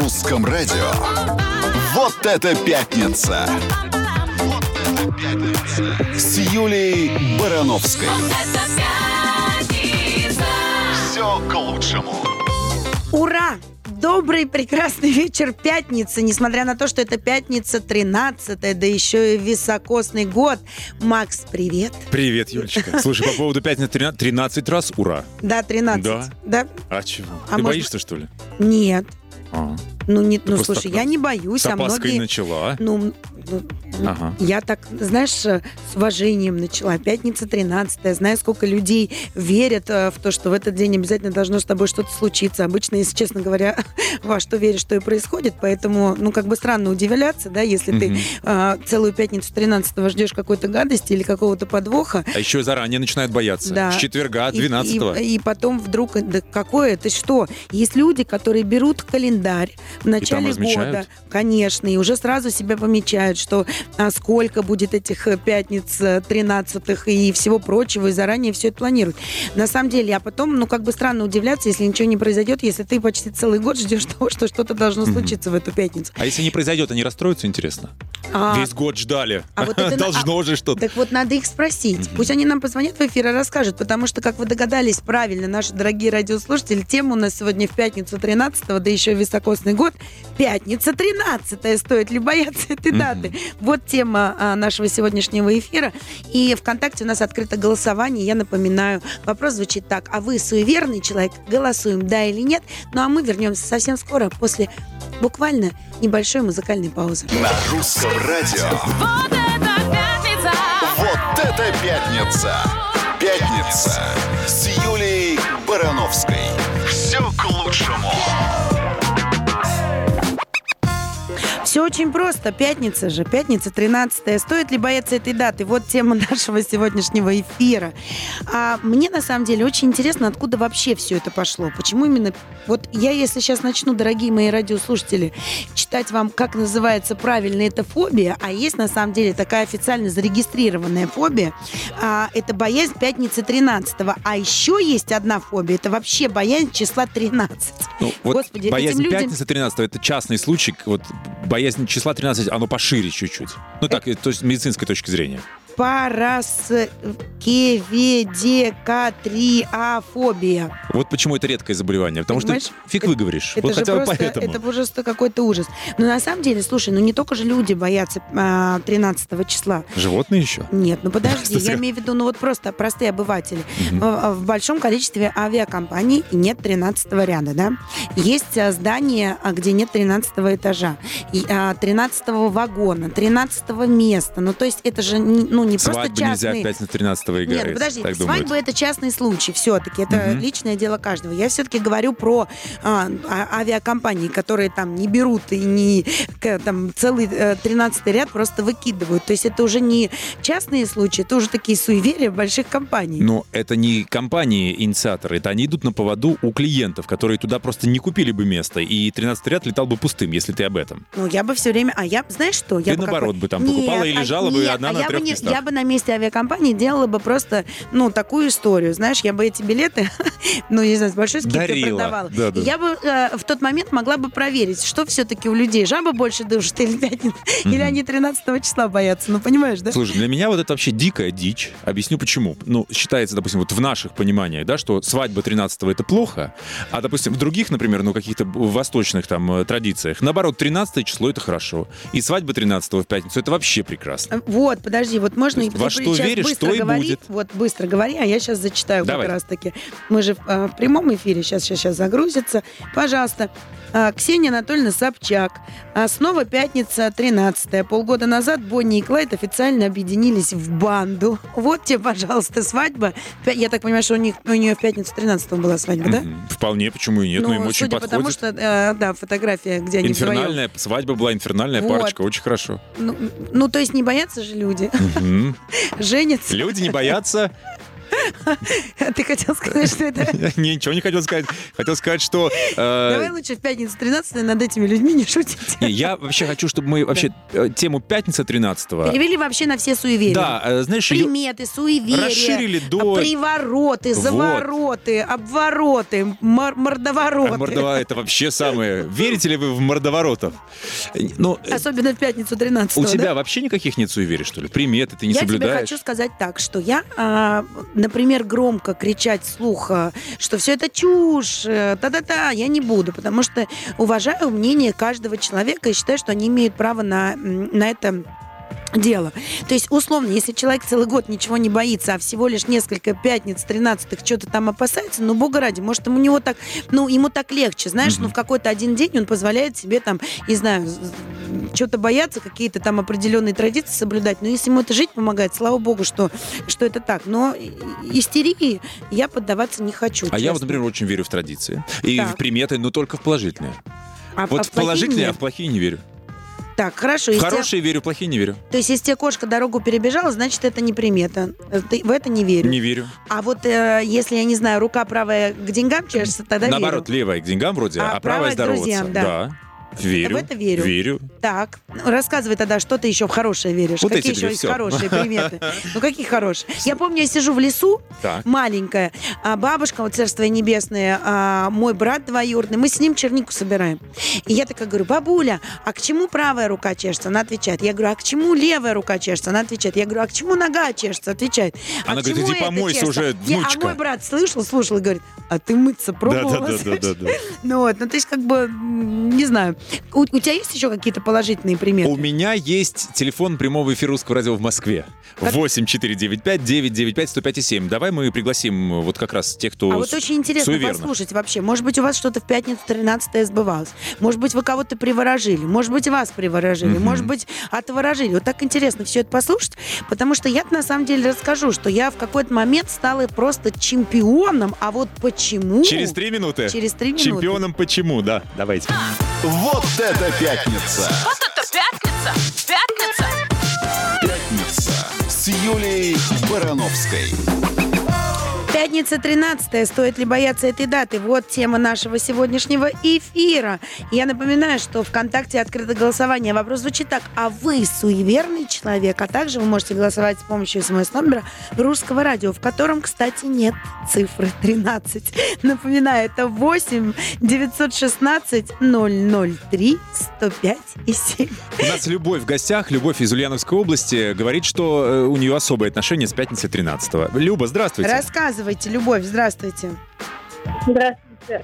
русском радио. Вот это пятница! Вот это пятница! С Юлией Барановской. Все к лучшему. Ура! Добрый, прекрасный вечер пятницы. Несмотря на то, что это пятница 13-я, да еще и високосный год. Макс, привет. Привет, Юлечка. Слушай, по поводу пятницы 13 раз ура. Да, 13. Да? А чего? Ты может... боишься, что ли? Нет. Ты Слушай, я не боюсь, с опаской начала. Ага. Я так, знаешь, с уважением начала. Пятница 13-я. Знаю, сколько людей верят в то, что в этот день обязательно должно с тобой что-то случиться. Обычно, если честно говоря, во что веришь, что и происходит. Поэтому, странно удивляться, да, если ты целую пятницу 13-го ждешь какой-то гадости или какого-то подвоха. А еще заранее начинают бояться. Да. С четверга, 12-го. И потом вдруг, да какое это что? Есть люди, которые берут календарь в начале года, конечно, и уже сразу себя помечают, что сколько будет этих пятниц 13-х и всего прочего, и заранее все это планируют. На самом деле, а потом, странно удивляться, если ничего не произойдет, если ты почти целый год ждешь того, что что-то должно случиться в эту пятницу. А если не произойдет, они расстроятся, интересно? Весь год ждали. Должно же что-то. Так вот, надо их спросить. Пусть они нам позвонят в эфир и расскажут, потому что, как вы догадались правильно, наши дорогие радиослушатели, тема у нас сегодня в пятницу 13-го, да еще и високосный год. Пятница 13-я, стоит ли бояться этой даты? Вот тема нашего сегодняшнего эфира. И ВКонтакте у нас открыто голосование. Я напоминаю, вопрос звучит так. А вы суеверный человек? Голосуем, да или нет? Ну а мы вернемся совсем скоро, после буквально небольшой музыкальной паузы. На русском радио. Вот это пятница! Вот это пятница! Пятница с Юлией Барановской. Все к лучшему. Все очень просто. Пятница же. Пятница 13-я. Стоит ли бояться этой даты? Вот тема нашего сегодняшнего эфира. Мне, на самом деле, очень интересно, откуда вообще все это пошло. Почему именно... Вот я, если сейчас начну, дорогие мои радиослушатели, читать вам, как называется правильно эта фобия, а есть, на самом деле, такая официально зарегистрированная фобия, это боязнь пятницы 13-го. А еще есть одна фобия. Это вообще боязнь числа 13. Господи, боязнь пятницы 13-го — это частный случай. Вот боязнь числа 13, оно пошире чуть-чуть. То есть с медицинской точки зрения. Параскеведекатриафобия. Вот почему это редкое заболевание. Потому что фиг выговоришь. Это вот же хотя бы просто, поэтому. это просто какой-то ужас. Но на самом деле, слушай, не только же люди боятся 13 числа. Животные еще? Нет, подожди, я имею в виду, просто простые обыватели. В большом количестве авиакомпаний нет 13-го ряда, да? Есть здания, где нет 13-го этажа, 13-го вагона, 13-го места. То есть это же не свадьбы просто частные... нельзя в 13-го играть. Нет, подожди, свадьба думают. Это частный случай все-таки. Это личное дело каждого. Я все-таки говорю про авиакомпании, которые там не берут и не целый 13-й ряд просто выкидывают. То есть это уже не частные случаи, это уже такие суеверия больших компаний. Но это не компании-инициаторы, это они идут на поводу у клиентов, которые туда просто не купили бы место, и 13-й ряд летал бы пустым, если ты об этом. Я бы все время... знаешь что? Ты наоборот бы там покупала и лежала бы одна на 3 местах. Я бы на месте авиакомпании делала бы просто, такую историю. Знаешь, я бы эти билеты, не знаю, с большой скидкой продавала. Да. Я бы в тот момент могла бы проверить, что все-таки у людей. Жаба больше душит или пятница, или они 13 числа боятся. Понимаешь, да? Слушай, для меня вот это вообще дикая дичь. Объясню почему. Считается, допустим, в наших пониманиях, да, что свадьба 13-го это плохо, а, допустим, в других, например, каких-то восточных традициях, наоборот, 13 число это хорошо. И свадьба 13-го в пятницу это вообще прекрасно. Вот, подожди, можно и во что веришь, то и будет. Вот быстро говори, а я сейчас зачитаю. Давай. Как раз-таки. Мы же в прямом эфире, сейчас загрузится. Пожалуйста. Ксения Анатольевна Собчак. Снова пятница 13-я. Полгода назад Бонни и Клайд официально объединились в банду. Вот тебе, пожалуйста, свадьба. Я так понимаю, что у нее в пятницу 13-го была свадьба, да? Вполне, почему и нет, им очень подходит. Потому что, фотография, где они инфернальная свадьба была, инфернальная парочка, очень хорошо. То есть не боятся же люди. Женятся. Люди не боятся Ты хотел сказать, что это... Ничего не хотел сказать. Хотел сказать, что... Давай лучше в пятницу 13 над этими людьми не шутить. Я вообще хочу, чтобы мы вообще тему пятница 13-го... Перевели вообще на все суеверия. Да, знаешь... Приметы, суеверия. Расширили до... Привороты, завороты, обвороты, мордовороты. Это вообще самое... Верите ли вы в мордоворотов? Ну, особенно в пятницу 13-го. У тебя вообще никаких нет суеверий, что ли? Приметы ты не соблюдаешь? Я тебе хочу сказать так, что я, например, громко кричать вслух, что все это чушь, та-та-та, я не буду, потому что уважаю мнение каждого человека и считаю, что они имеют право на это дело. То есть, условно, если человек целый год ничего не боится, а всего лишь несколько пятниц, 13-х, что-то там опасается, ну, бога ради, может, ему так легче, знаешь, в какой-то один день он позволяет себе там, не знаю, что-то бояться, какие-то там определенные традиции соблюдать, но если ему это жить помогает, слава богу, что это так. Но истерии я поддаваться не хочу. А я вот, например, очень верю в традиции и в приметы, но только в положительные. Вот в положительные, а в плохие не верю. Так, хорошо. В хорошие верю, в плохие не верю. То есть, если тебе кошка дорогу перебежала, значит, это не примета. Ты в это не верю? Не верю. А вот если, я не знаю, рука правая к деньгам чешется, тогда наоборот, верю. левая к деньгам вроде, а правая здороваться. К друзьям, да. Верю. В это верю. Верю. Так, рассказывай тогда, что ты еще в хорошее веришь. Вот какие эти еще две, есть всё. хорошие приметы? Ну, какие хорошие? Я помню, я сижу в лесу, маленькая, а бабушка, вот царствие небесное, мой брат двоюродный, мы с ним чернику собираем. И я такая говорю: бабуля, а к чему правая рука чешется? Она отвечает. Я говорю: а к чему левая рука чешется? Она отвечает. Я говорю: а к чему нога чешется? Отвечает. Она говорит: иди помойся уже, внучка. А мой брат слушал и говорит: а ты мыться пробовала? Да. Ну, то есть, как бы, не знаю. У тебя есть еще какие-то положительные приметы? У меня есть телефон прямого эфира Русского радио в Москве. 8495-995-105,7. Давай мы пригласим вот как раз тех, кто вот очень интересно суеверно. Послушать вообще. Может быть, у вас что-то в пятницу 13-е сбывалось. Может быть, вы кого-то приворожили. Может быть, вас приворожили. Может быть, отворожили. Вот так интересно все это послушать, потому что я на самом деле расскажу, что я в какой-то момент стала просто чемпионом. А вот почему? Через 3 минуты. Через 3 минуты. Чемпионом почему, да. Давайте. Вот это пятница! Вот это пятница! Пятница! Пятница с Юлией Барановской. Пятница 13. Стоит ли бояться этой даты? Вот тема нашего сегодняшнего эфира. Я напоминаю, что ВКонтакте открыто голосование. Вопрос звучит так: а вы суеверный человек? А также вы можете голосовать с помощью СМС-номера Русского радио, в котором, кстати, нет цифры 13. Напоминаю, это 8 916 003 105 и 7. У нас Любовь в гостях. Любовь из Ульяновской области говорит, что у нее особое отношение с пятницей 13-го. Люба, здравствуйте. Рассказывайте, Любовь, здравствуйте. Здравствуйте.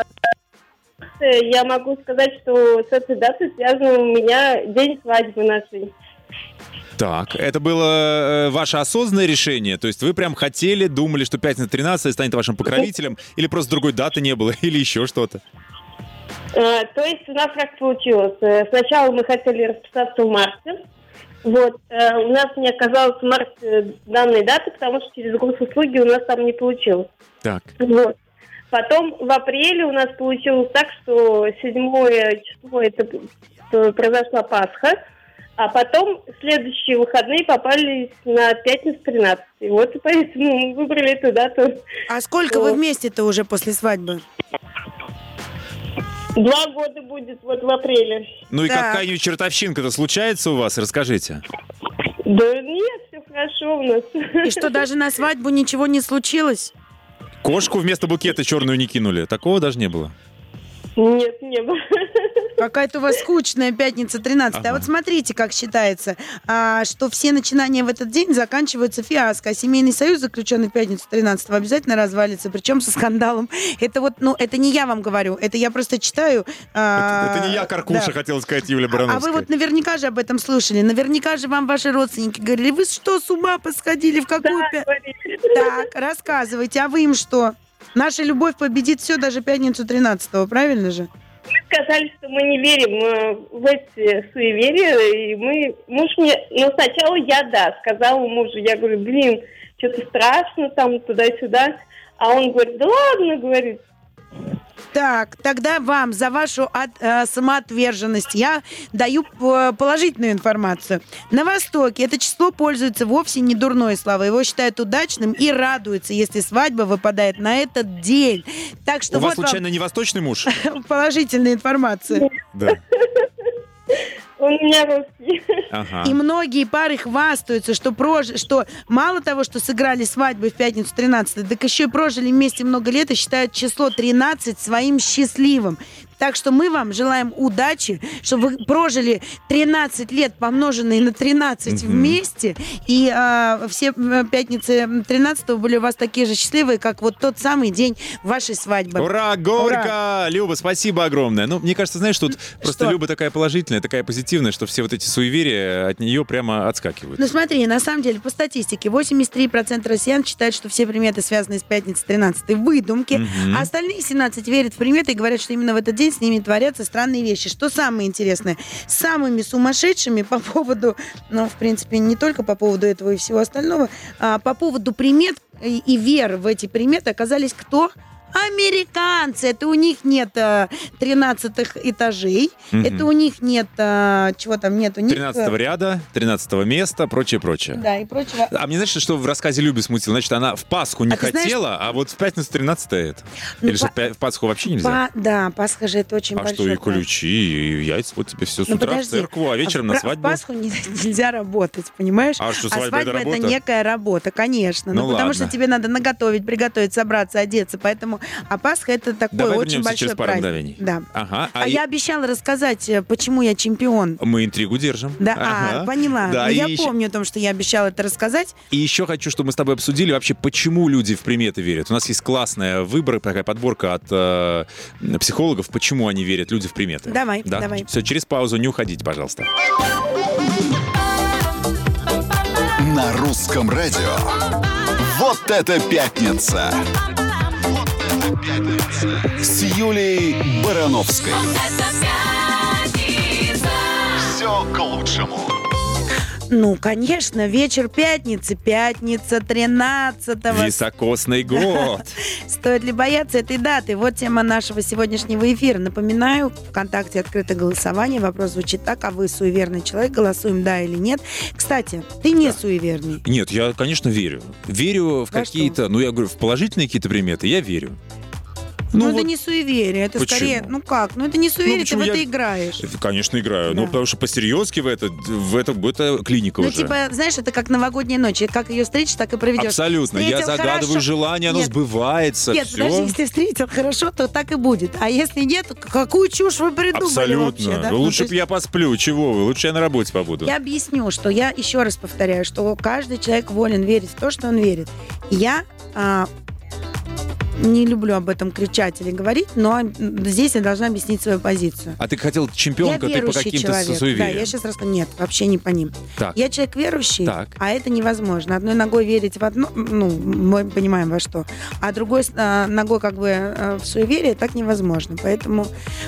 Я могу сказать, что с этой датой связан у меня день свадьбы нашей. Так, это было ваше осознанное решение? То есть вы прям хотели, думали, что пятница 13 станет вашим покровителем? Или просто другой даты не было? Или еще что-то? То есть у нас как получилось. Сначала мы хотели расписаться в марте. Вот. У нас не оказалось в марте данной даты, потому что через госуслуги у нас там не получилось. Так. Вот. Потом в апреле у нас получилось так, что 7 число это произошла Пасха, а потом следующие выходные попались на пятницу 13. Вот и поэтому мы выбрали эту дату. А сколько вы вместе-то уже после свадьбы? 2 года будет вот в апреле. Ну и Так. какая-нибудь чертовщинка-то случается у вас? Расскажите. Да нет, все хорошо у нас. И что, даже на свадьбу ничего не случилось? Кошку вместо букета черную не кинули? Такого даже не было? Нет, не было. Какая-то у вас скучная пятница 13. А вот смотрите, как считается, что все начинания в этот день заканчиваются фиаско. А семейный союз, заключенный в пятницу 13, обязательно развалится, причем со скандалом. Это вот, это не я вам говорю, это я просто читаю. Это не я, Каркуша, да. хотела сказать Юлия Барановская. А вы вот наверняка же об этом слышали. Наверняка же вам ваши родственники говорили: вы что, с ума посходили? В какую Так, рассказывайте, а вы им что? Наша любовь победит все, даже пятницу 13-го, правильно же? Мы сказали, что мы не верим в эти суеверия, и муж мне, сначала я сказала мужу, я говорю: блин, что-то страшно там, туда-сюда, а он говорит: да ладно, говорит. Так, тогда вам за вашу самоотверженность я даю положительную информацию. На Востоке это число пользуется вовсе не дурной славой. Его считают удачным и радуются, если свадьба выпадает на этот день. Так что У вас, случайно, не восточный муж? Положительная информация. Да. Он у меня русский. Ага. И многие пары хвастаются, что мало того, что сыграли свадьбы в пятницу 13, так еще и прожили вместе много лет и считают число 13 своим счастливым. Так что мы вам желаем удачи, чтобы вы прожили 13 лет, помноженные на 13 вместе, и все пятницы 13 были у вас такие же счастливые, как вот тот самый день вашей свадьбы. Ура, горько! Ура! Люба, спасибо огромное. Ну, мне кажется, знаешь, тут просто Что? Люба такая положительная, такая позитивная, что все вот эти суеверия от нее прямо отскакивают. Ну смотри, на самом деле, по статистике, 83% россиян считают, что все приметы, связанные с пятницей 13, выдумки, а остальные 17 верят в приметы и говорят, что именно в этот день с ними творятся странные вещи. Что самое интересное, самыми сумасшедшими по поводу, ну, в принципе, не только по поводу этого и всего остального, по поводу примет и вер в эти приметы оказались кто? Американцы. Это у них нет 13-х этажей, это у них нет, чего там нет, у них... 13-го ряда, 13-го места, прочее. Да, и прочего. А мне, знаешь, что в рассказе Люби смутило? Значит, она в Пасху не ты знаешь, хотела, а вот в пятницу 13-е это. Ну, Или что, в Пасху вообще нельзя? Да, Пасха же это очень А большой что, и праздник. ключи, и яйца, вот тебе все с Ну, утра подожди. в церкву, а вечером на свадьбу. В Пасху нельзя работать, понимаешь? А что, свадьба это работа? некая работа, конечно. Ну, потому ладно. что тебе надо наготовить, приготовить, собраться, одеться. Поэтому, а Пасха это такой Давай очень вернемся большой через пару праздник. мгновений. Да. Ага. Я обещала рассказать, почему я чемпион. Мы интригу держим. Да, Ага. поняла. Да, Но я и еще- помню о том, что я обещала это рассказать. И еще хочу, чтобы мы с тобой обсудили вообще, почему люди в приметы верят. У нас есть классная выбор, такая подборка от психологов, почему они верят, люди в приметы. Давай, Да? давай. Все, через паузу не уходите, пожалуйста. На русском радио. Вот это пятница! Вот это пятница! С Юлией Барановской. Это пятница. Все к лучшему. Ну, конечно, вечер пятницы, пятница 13-го. Високосный год. Стоит ли бояться этой даты? Вот тема нашего сегодняшнего эфира. Напоминаю, ВКонтакте открыто голосование. Вопрос звучит так: а вы суеверный человек? Голосуем да или нет. Кстати, ты не суеверный. Нет, я, конечно, верю. Верю в Во какие-то, ну, я говорю, в положительные какие-то приметы, я верю. Ну, вот это не суеверие, это почему? скорее... Ну как? Ну это не суеверие, ты почему в это я- играешь. Конечно, играю. Да. Ну, потому что по-серьезки это клиника Ну, уже. типа, знаешь, это как новогодняя ночь. Как ее встретишь, так и проведешь. Абсолютно. Я Встретил загадываю хорошо. желание, оно Нет. сбывается. Нет, все. подожди, если встретил хорошо, то так и будет. А если нет, то какую чушь вы придумали Абсолютно. вообще? Да? Ну, Ну, лучше то бы есть я посплю. Чего вы? Лучше я на работе побуду. я объясню, что я еще раз повторяю, что каждый человек волен верить в то, что он верит. Я не люблю об этом кричать или говорить, но здесь я должна объяснить свою позицию. А ты хотел чемпионка, Я ты по верующий каким-то человек. Да, суевериям. я сейчас расскажу. Нет, вообще не по ним. Так. Я человек верующий, Так. а это невозможно. Одной ногой верить в одно, ну, мы понимаем во что, а другой ногой как бы в суеверие так невозможно. Поэтому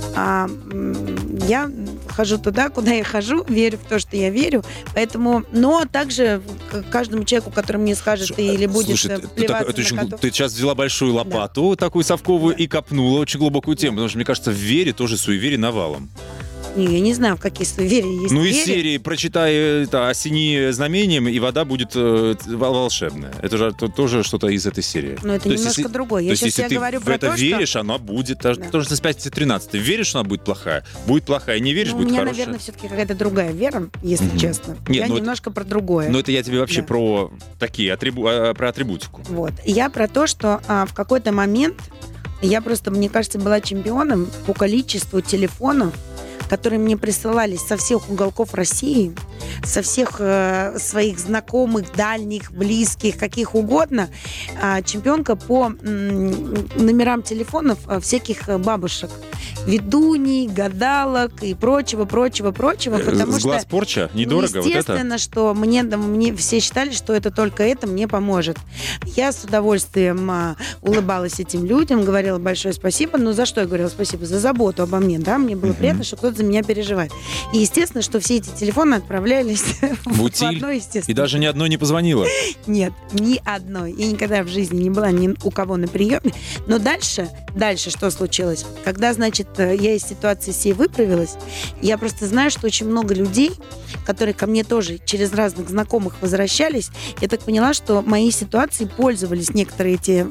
я хожу туда, куда я хожу, верю в то, что я верю. Поэтому, но также каждому человеку, который мне скажет, ты или будешь Слушай, плеваться это очень на глупо. котов. Ты сейчас взяла большую лопату, такую совковую, и копнула очень глубокую тему. Потому что, мне кажется, в вере тоже суеверие навалом. Не, я не знаю, в какие суеверия есть Ну, из вере. серии «Прочитай это, осени знамением, и вода будет волшебная». Это же тоже что-то из этой серии. Но это То есть, немножко если- другое. То Я есть, сейчас если тебе ты говорю в про это то, веришь, она будет. Потому что с пятницы 13 веришь, что она будет плохая. Будет плохая. Не веришь, Ну, будет у меня, хорошая. наверное, все-таки какая-то другая вера, если честно. Не, Я ну это- немножко про другое. Но это я тебе вообще Да. про такие про атрибутику. Вот. Я про то, что в какой-то момент я просто, мне кажется, была чемпионом по количеству телефонов, которые мне присылались со всех уголков России, со всех своих знакомых, дальних, близких, каких угодно. Чемпионка по номерам телефонов всяких бабушек. Ведуней, гадалок и прочего. Потому С глаз что порча? Недорого вот это? естественно, что мне все считали, что это только это мне поможет. Я с удовольствием улыбалась этим людям, говорила большое спасибо. Ну, за что я говорила спасибо? За заботу обо мне, да? Мне было приятно, что кто-то за меня переживает. И естественно, что все эти телефоны отправляют отправились в Утиль. одно, естественно. И даже ни одной не позвонила. Нет, ни одной. Я никогда в жизни не была ни у кого на приеме. Но дальше что случилось? Когда, значит, я из ситуации сей выправилась, я просто знаю, что очень много людей, которые ко мне тоже через разных знакомых возвращались, я так поняла, что моей ситуацией пользовались некоторые эти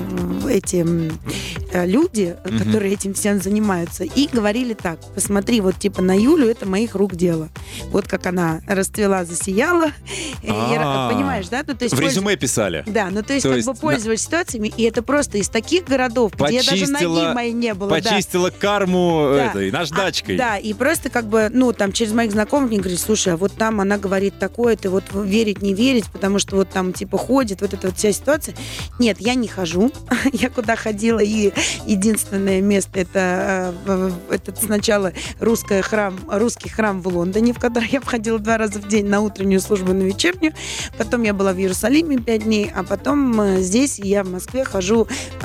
люди, которые этим всем занимаются, и говорили так: посмотри, вот типа на Юлю, это моих рук дело. Вот как она расцвела, засияла. Понимаешь, да? Ну, то есть В резюме писали. Да, ну то есть как бы пользовались ситуациями, и это просто из таких городов, где даже ноги моей не было. Почистила карму этой наждачкой. Да, и просто как бы, ну, там через моих знакомых мне говорят: слушай, а вот там она говорит такое, ты вот верить, не верить, потому что вот там типа ходит, вот эта вот вся ситуация. Нет, я не хожу. Я куда ходила, и единственное место это сначала русский храм в Лондоне, в который я входила 2 раза в день на утреннюю службу, на вечернюю. Потом я была в Иерусалиме 5 дней, а потом здесь я в Москве хожу.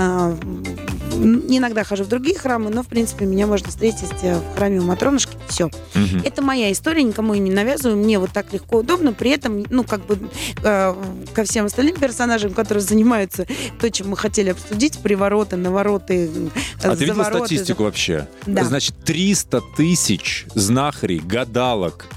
Иногда хожу в другие храмы, но, в принципе, меня можно встретить в храме у Матронушки. Все. Это моя история, никому ее не навязываю. Мне вот так легко, удобно. При этом, ну, как бы ко всем остальным персонажам, которые занимаются то, чем мы хотели обсудить, привороты, навороты, А ты видела статистику вообще? Да. Значит, 300 тысяч знахарей, гадалок,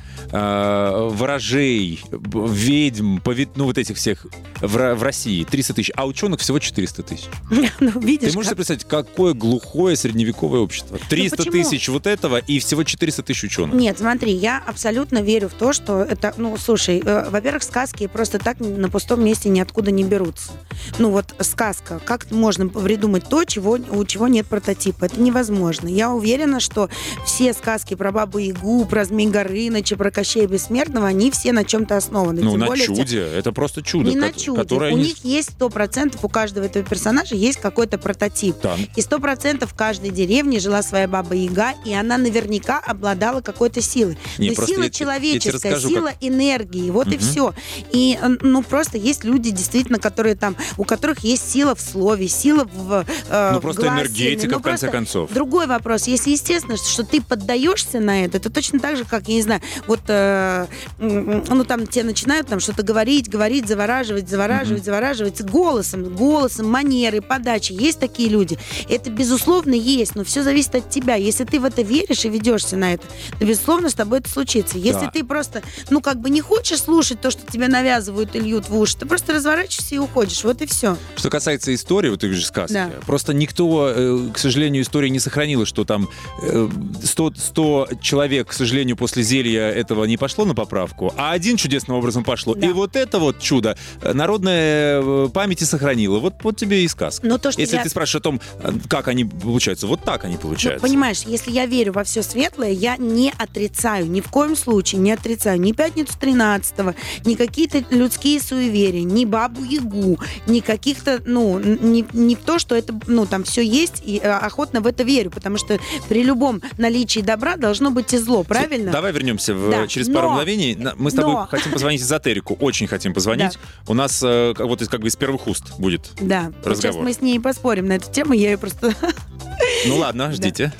ворожей, ведьм, ну вот этих всех в России 300 тысяч, а ученых всего 400 тысяч. Ну, видишь, Ты можешь себе представить, какое глухое средневековое общество? 300 тысяч вот этого и всего 400 тысяч ученых. Нет, смотри, я абсолютно верю в то, что это, ну, слушай, во-первых, сказки просто так на пустом месте ниоткуда не берутся. Ну вот сказка, как можно придумать то, у чего нет прототипа? Это невозможно. Я уверена, что все сказки про Бабу-Ягу, про Змей Горыныча, про Кощея Бессмертного, они все на чем-то основаны. Ну, Тем на более, чуде. Это просто чудо. Не на чуде. У них есть 100%, у каждого этого персонажа есть какой-то прототип. Да. И 100% в каждой деревне жила своя Баба-Яга, и она наверняка обладала какой-то силой. Не, но сила человеческая, расскажу, сила энергии, вот и все. И, ну, просто есть люди, действительно, которые там, у которых есть сила в слове, сила в ну, просто гласе. энергетика, Ну, в конце концов. Другой вопрос. Если, естественно, что ты поддаешься на это, то точно так же, как, я не знаю, вот, ну, там тебе начинают там что-то говорить, завораживать голосом, манерой, подачей. Есть такие люди. Это, безусловно, есть, но все зависит от тебя. Если ты в это веришь и ведешься на это, то, безусловно, с тобой это случится. Если ты просто, ну, как бы не хочешь слушать то, что тебе навязывают и льют в уши, ты просто разворачиваешься и уходишь. Вот и все. Что касается истории, вот ты говоришь, сказки, просто никто, к сожалению, истории не сохранила, что там 100 человек, к сожалению, после зелья этого не пошло на поправку, а один чудесным образом пошло. Да. И вот это вот чудо народная память и сохранила. Вот тебе и сказка. Но то, что если ты спрашиваешь о том, как они получаются, вот так они получаются. Ну, понимаешь, если я верю во все светлое, я не отрицаю, ни в коем случае не отрицаю ни пятницу 13-го, ни какие-то людские суеверия, ни Бабу-Ягу, ни каких-то, ну, не то, что это, ну, там все есть, и охотно в это верю, потому что при любом наличии добра должно быть и зло, правильно? Давай вернемся через пару мгновений. Мы с тобой хотим позвонить эзотерику, очень хотим позвонить. Да. У нас вот как бы из первых уст будет разговор. Сейчас мы с ней поспорим на эту тему, я ее просто... Ну ладно, ждите.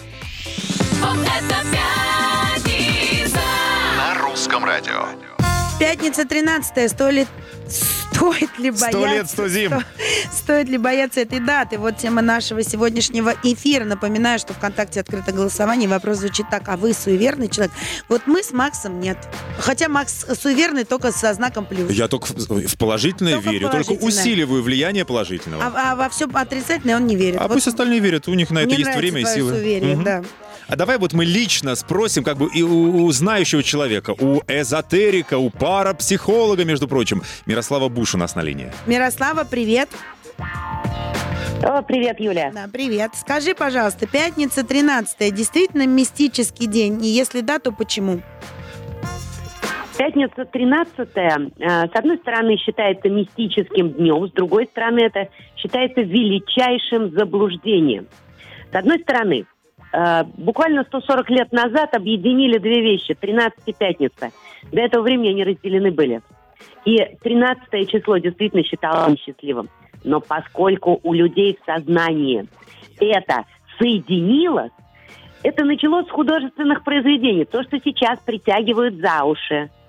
На русском радио. Пятница 13-е. Стоит ли бояться? 100 лет, 100 зим. Стоит ли бояться этой даты? Вот тема нашего сегодняшнего эфира. Напоминаю, что ВКонтакте открыто голосование. Вопрос звучит так: а вы суеверный человек? Вот мы с Максом нет. Хотя Макс суеверный только со знаком плюс. Я только в положительное верю, только усиливаю влияние положительного. А во все отрицательное он не верит. А вот пусть остальные верят, у них на это есть время и силы. Суеверие, да. А давай вот мы лично спросим как бы и у знающего человека, у эзотерика, у парапсихолога, между прочим. Мирослава Буш у нас на линии. Мирослава, привет. Привет, Юля. Да, привет. Скажи, пожалуйста, пятница 13-е действительно мистический день? И если да, то почему? Пятница 13-е, с одной стороны, считается мистическим днем, с другой стороны, это считается величайшим заблуждением. С одной стороны, буквально 140 лет назад объединили две вещи: 13 и пятница. До этого времени они разделены были. И 13 число действительно считалось несчастливым. Но поскольку у людей в сознании это соединилось, это началось с художественных произведений. То, что сейчас притягивают за уши.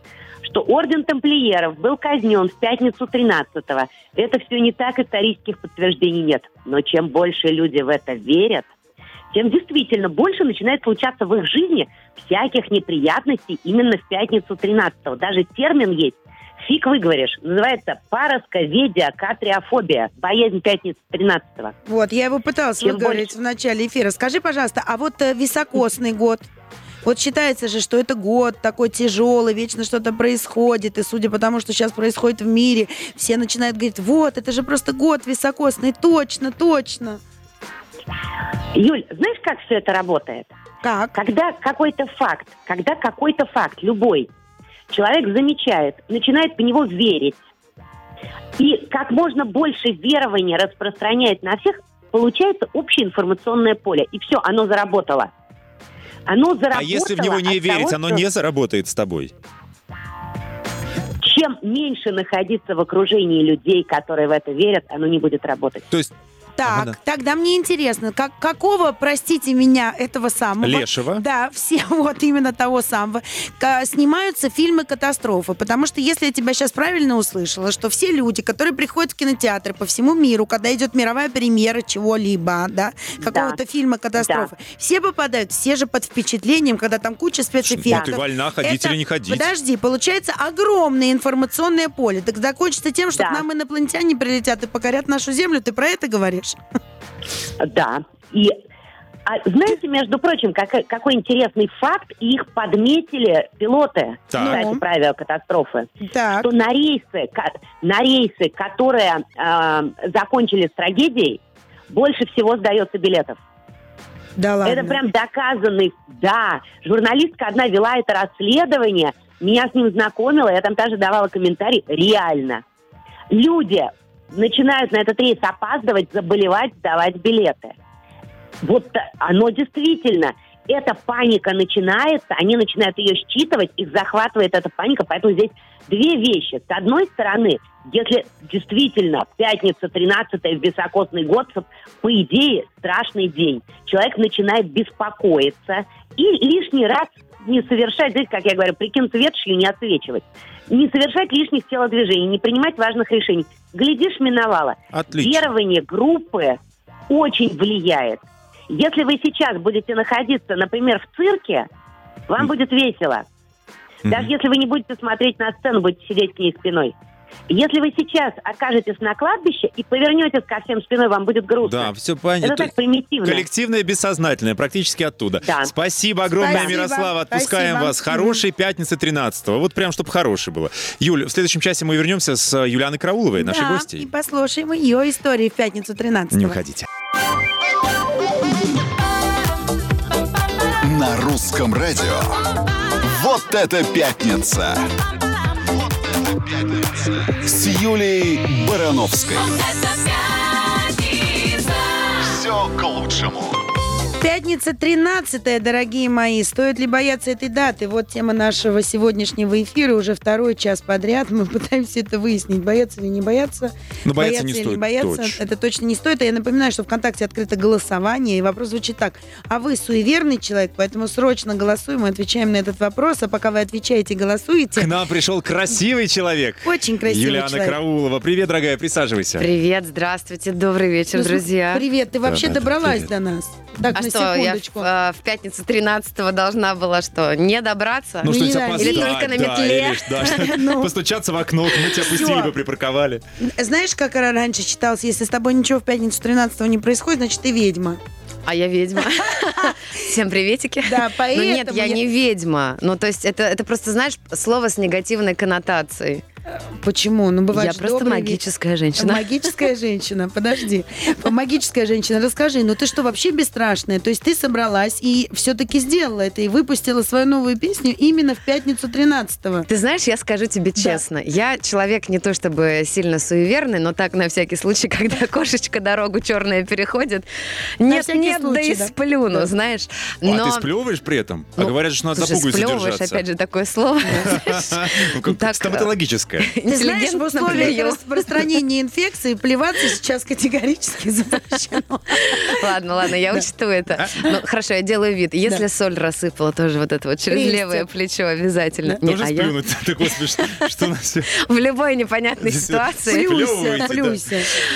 что орден тамплиеров был казнен в пятницу 13-го. Это все не так, исторических подтверждений нет. Но чем больше люди в это верят, тем действительно больше начинает случаться в их жизни всяких неприятностей именно в пятницу 13-го. Даже термин есть, фиг выговоришь, называется парасковедиакатриофобия, боязнь пятницы 13-го. Вот, я его пыталась Чем выговорить больше- в начале эфира. Скажи, пожалуйста, а вот високосный год? Вот считается же, что это год такой тяжелый, вечно что-то происходит, и судя по тому, что сейчас происходит в мире, все начинают говорить, вот, это же просто год високосный, точно, точно. Юль, знаешь, как все это работает? Как? Когда какой-то факт, любой, человек замечает, начинает в него верить, и как можно больше верования распространяет на всех, получается общее информационное поле. И все, оно заработало. Оно заработало. А если в него не от верить, того, оно что не заработает с тобой? Чем меньше находиться в окружении людей, которые в это верят, оно не будет работать. То есть Так, Ага, да. тогда мне интересно, какого, простите меня, этого самого... Лешего? Да, все вот именно того самого. Снимаются фильмы катастрофы, потому что если я тебя сейчас правильно услышала, что все люди, которые приходят в кинотеатры по всему миру, когда идет мировая премьера чего-либо, да, какого-то фильма катастрофы, все попадают, все же под впечатлением, когда там куча Ну, спецэффектов. ты вольна ходить Это- или не ходить. Подожди, получается огромное информационное поле. Так закончится тем, что Да. к нам инопланетяне прилетят и покорят нашу Землю. Ты про это говоришь? Да. И знаете, между прочим, какой интересный факт, и их подметили пилоты, Так. кстати, про авиакатастрофы. Так. Что на рейсы, которые закончились трагедией, больше всего сдается билетов. Да ладно. Это прям доказанный, да. Журналистка одна вела это расследование, меня с ним знакомила, я там тоже давала комментарий. Реально. Люди начинают на этот рейс опаздывать, заболевать, сдавать билеты. Вот оно действительно, эта паника начинается, они начинают ее считывать, их захватывает эта паника, поэтому здесь две вещи. С одной стороны, если действительно пятница 13-я в високосный год, по идее, страшный день, человек начинает беспокоиться и лишний раз не совершать, знаете, как я говорю, прикинуться ветошью, не отсвечивать. Не совершать лишних телодвижений, не принимать важных решений. Глядишь, миновало. Отлично. Верование группы очень влияет. Если вы сейчас будете находиться, например, в цирке, вам будет весело. Даже если вы не будете смотреть на сцену, будете сидеть к ней спиной. Если вы сейчас окажетесь на кладбище и повернетесь ко всем спиной, вам будет грустно. Да, все понятно. Это так примитивно. Коллективное, бессознательное, практически оттуда. Да. Спасибо огромное, Спасибо. Мирослава. Отпускаем Спасибо. вас. Хорошей пятницы 13-го. Вот прям, чтобы хорошей было. Юль, в следующем часе мы вернемся с Юлианой Карауловой, нашей Да, и гостьей. послушаем ее истории в пятницу 13-го. Не уходите. На русском радио. Вот это пятница! Вот это пятница! С Юлией Барановской. Это пятница. Все к лучшему. Пятница 13-я, дорогие мои. Стоит ли бояться этой даты? Вот тема нашего сегодняшнего эфира. Уже второй час подряд мы пытаемся это выяснить. Бояться или не бояться? Но бояться не или стоит, не бояться? точно. Это точно не стоит. А я напоминаю, что ВКонтакте открыто голосование. И вопрос звучит так. А вы суеверный человек? Поэтому срочно голосуем и отвечаем на этот вопрос. А пока вы отвечаете и голосуете... К нам пришел красивый человек. Очень красивый Юлиана человек. Караулова. Привет, дорогая, присаживайся. Привет, здравствуйте, добрый вечер, Ну, друзья. Привет, ты вообще Да, добралась привет. до нас? Так, А на что, я секундочку. в пятницу 13-го должна была что, не добраться? Ну, Ну, что-нибудь не опоздать, Или только на да, метле. или, да, что-то Ну. постучаться в окно, мы тебя пустили Всё. бы, припарковали. Знаешь, как раньше считалось, если с тобой ничего в пятницу 13-го не происходит, значит, ты ведьма. А я ведьма. Всем приветики. Да, Ну нет, поэтому я не ведьма. Ну, то есть это просто, знаешь, слово с негативной коннотацией. Почему? Ну, бывает Я же просто добрые магическая женщина. Магическая женщина, подожди. Магическая женщина, расскажи, ну ты что, вообще бесстрашная? То есть ты собралась и все-таки сделала это, и выпустила свою новую песню именно в пятницу 13-го. Ты знаешь, я скажу тебе честно, я человек не то чтобы сильно суеверный, но так на всякий случай, когда кошечка дорогу черная переходит, нет, всякий нет, да случай, и да. сплюну, знаешь. А ты сплевываешь при этом? А Ну, говорят, что надо за слушай, пуговицу сплевываешь, держаться. опять же, такое слово. Ну, как Так, стоматологическое. Ты знаешь, в Интеллигентно условиях плюю. распространения инфекции плеваться сейчас категорически запрещено. Ладно, я учту это. Ну, хорошо, я делаю вид. Если соль рассыпала, тоже вот это вот через Крестик. левое плечо обязательно. Не, Тоже а я сплюнуть. Так, господи, что у нас все... в любой непонятной ситуации. Плевываете, Плюйся.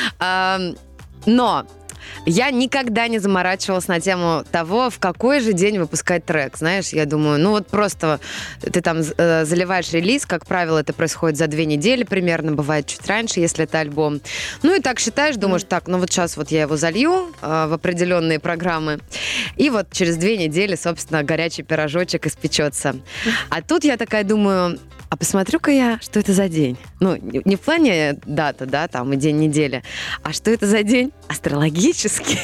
Но я никогда не заморачивалась на тему того, в какой же день выпускать трек. Знаешь, я думаю, ну вот просто ты там заливаешь релиз, как правило, это происходит за 2 недели примерно, бывает чуть раньше, если это альбом. Ну и так считаешь, думаешь, так, ну вот сейчас вот я его залью в определенные программы, и вот через 2 недели, собственно, горячий пирожочек испечется. А тут я такая думаю, а посмотрю-ка я, что это за день. Ну, не в плане дата, да, там, и день недели, а что это за день астрологический.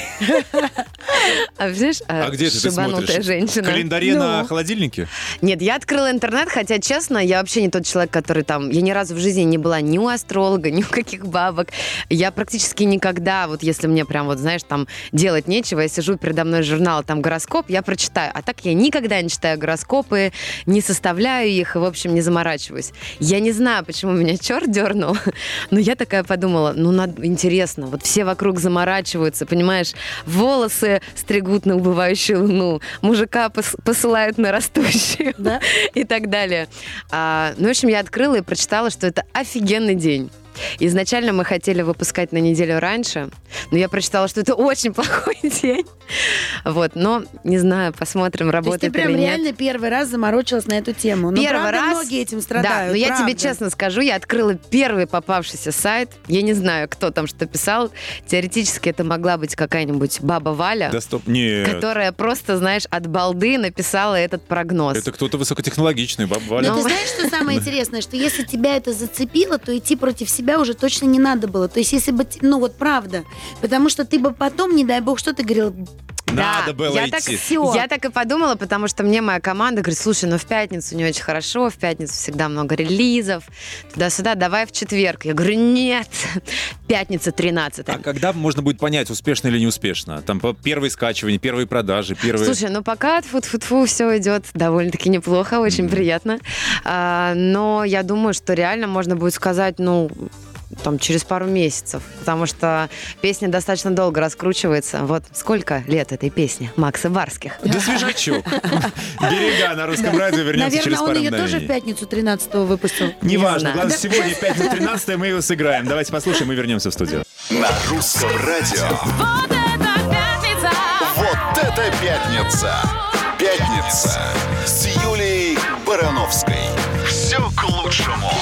А знаешь, А где ты шибанутая смотришь? В женщина. календаре на холодильнике? Нет, я открыла интернет, хотя, честно, я вообще не тот человек, который там... Я ни разу в жизни не была ни у астролога, ни у каких бабок. Я практически никогда, вот если мне прям, вот знаешь, там делать нечего, я сижу передо мной журнал, там гороскоп, я прочитаю. А так я никогда не читаю гороскопы, не составляю их и, в общем, не заморачиваюсь. Я не знаю, почему меня черт дернул, но я такая подумала, ну, интересно, вот все вокруг заморачиваются, понимаешь, волосы стригут на убывающую луну, мужика посылают на растущую, Да? и так далее. Ну, в общем, я открыла и прочитала, что это офигенный день. Изначально мы хотели выпускать на неделю раньше, но я прочитала, что это очень плохой день. Вот, но не знаю, посмотрим, То есть работает ты прям или нет. реально первый раз заморочилась на эту тему. Ну, Первый правда, раз. многие этим Да, страдают. но я тебе правда. честно скажу, я открыла первый попавшийся сайт. Я не знаю, кто там что писал. Теоретически это могла быть какая-нибудь баба Валя, Да стоп, нет. которая просто, знаешь, от балды написала этот прогноз. Это кто-то высокотехнологичный, баба Валя. Но ты знаешь, что самое интересное, что если тебя это зацепило, то идти против себя уже точно не надо было. То есть если бы, ну вот правда, потому что ты бы потом, не дай бог, что ты говорил, Надо было я идти. Я так и подумала, потому что мне моя команда говорит, слушай, ну в пятницу не очень хорошо, в пятницу всегда много релизов, туда-сюда, давай в четверг. Я говорю, нет, пятница 13. А когда можно будет понять, успешно или неуспешно? Там первые скачивания, первые продажи, первые... Слушай, ну пока тьфу-тьфу-тьфу, все идет довольно-таки неплохо, очень приятно. Но я думаю, что реально можно будет сказать, ну, там, через пару месяцев, потому что песня достаточно долго раскручивается. Вот сколько лет этой песни Макса Барских? Да свежачок. Берега на русском радио, вернемся через наверное, он пару ее тоже в мгновений. пятницу 13-го выпустил. Неважно, знаю. главное, сегодня, пятница 13 мы его сыграем. Давайте послушаем и вернемся в студию. На русском радио. Вот это пятница! Вот это пятница! Пятница с Юлией Барановской. Все к лучшему.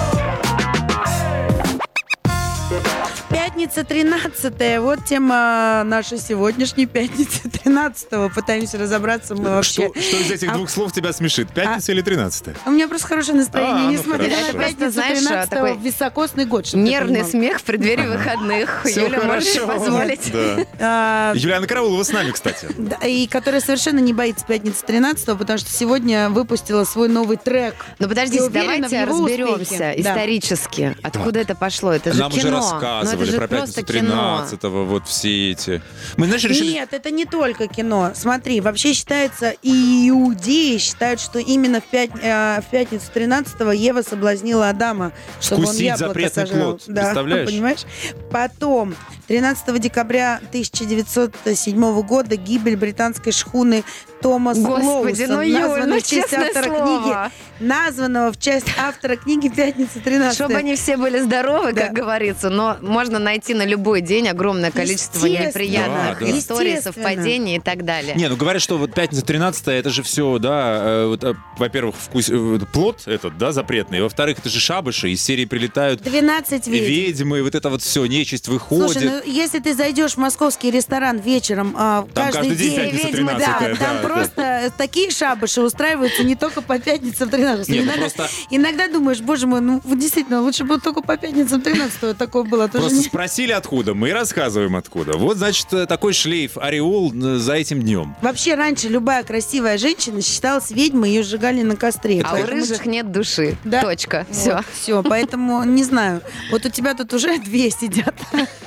Пятница 13-е. Вот тема нашей сегодняшней пятницы 13-го. Пытаемся разобраться мы вообще. Что из этих двух слов тебя смешит? Пятница или 13? У меня просто хорошее настроение, Ну несмотря хорошо. на пятницу Знаешь, 13-го такой високосный год. чтобы ты Нервный понимал. смех в преддверии выходных. Всё Юля, можешь хорошо. позволить? Да. А, Юлиана Караулова с нами, кстати. да, и которая совершенно не боится пятницы 13-го, потому что сегодня выпустила свой новый трек. Ну подождите, Я уверена давайте в его разберемся успехе. Да. исторически. Откуда это пошло? Это же Нам кино. уже Ну, рассказывали это же про просто пятницу кино. 13-го, вот все эти. Мы, знаешь, решили... Нет, это не только кино. Смотри, вообще считается, и иудеи считают, что именно в пятницу 13-го Ева соблазнила Адама, чтобы он Вкусить яблоко запретный сожрал. плод. Да, Представляешь? понимаешь? Потом, 13 декабря 1907 года гибель британской шхуны Томас Господи, Лоусон, ну, Юль, названного ну, в честь честное автора слово. книги, названного в честь автора книги «Пятница 13». Чтобы они все были здоровы, Да. как говорится, но можно найти на любой день огромное количество Естественно. неприятных Да, да. историй, Естественно. совпадений и так далее. Не, ну говорят, что вот пятница 13 это же все, да, во-первых, плод этот, да, запретный, во-вторых, это же шабаши, из серии прилетают 12 ведьм. ведьмы, вот это вот все, нечисть выходит. Слушай, ну если ты зайдешь в московский ресторан вечером, каждый день пятница ведьмы, 13-я, там да, просто такие шабаши устраиваются не только по пятницам 13. Не, ну иногда, просто- иногда думаешь, боже мой, ну вот действительно, лучше бы только по пятницам 13 такое было. Тоже Просто не- спросили откуда, мы и рассказываем откуда. Вот, значит, такой шлейф, ореол за этим днем. Вообще раньше любая красивая женщина считалась ведьмой, ее сжигали на костре. А у Поэтому рыжих нет души. Да. Точка. Вот, Все. все, поэтому не знаю. Вот у тебя тут уже 2 сидят.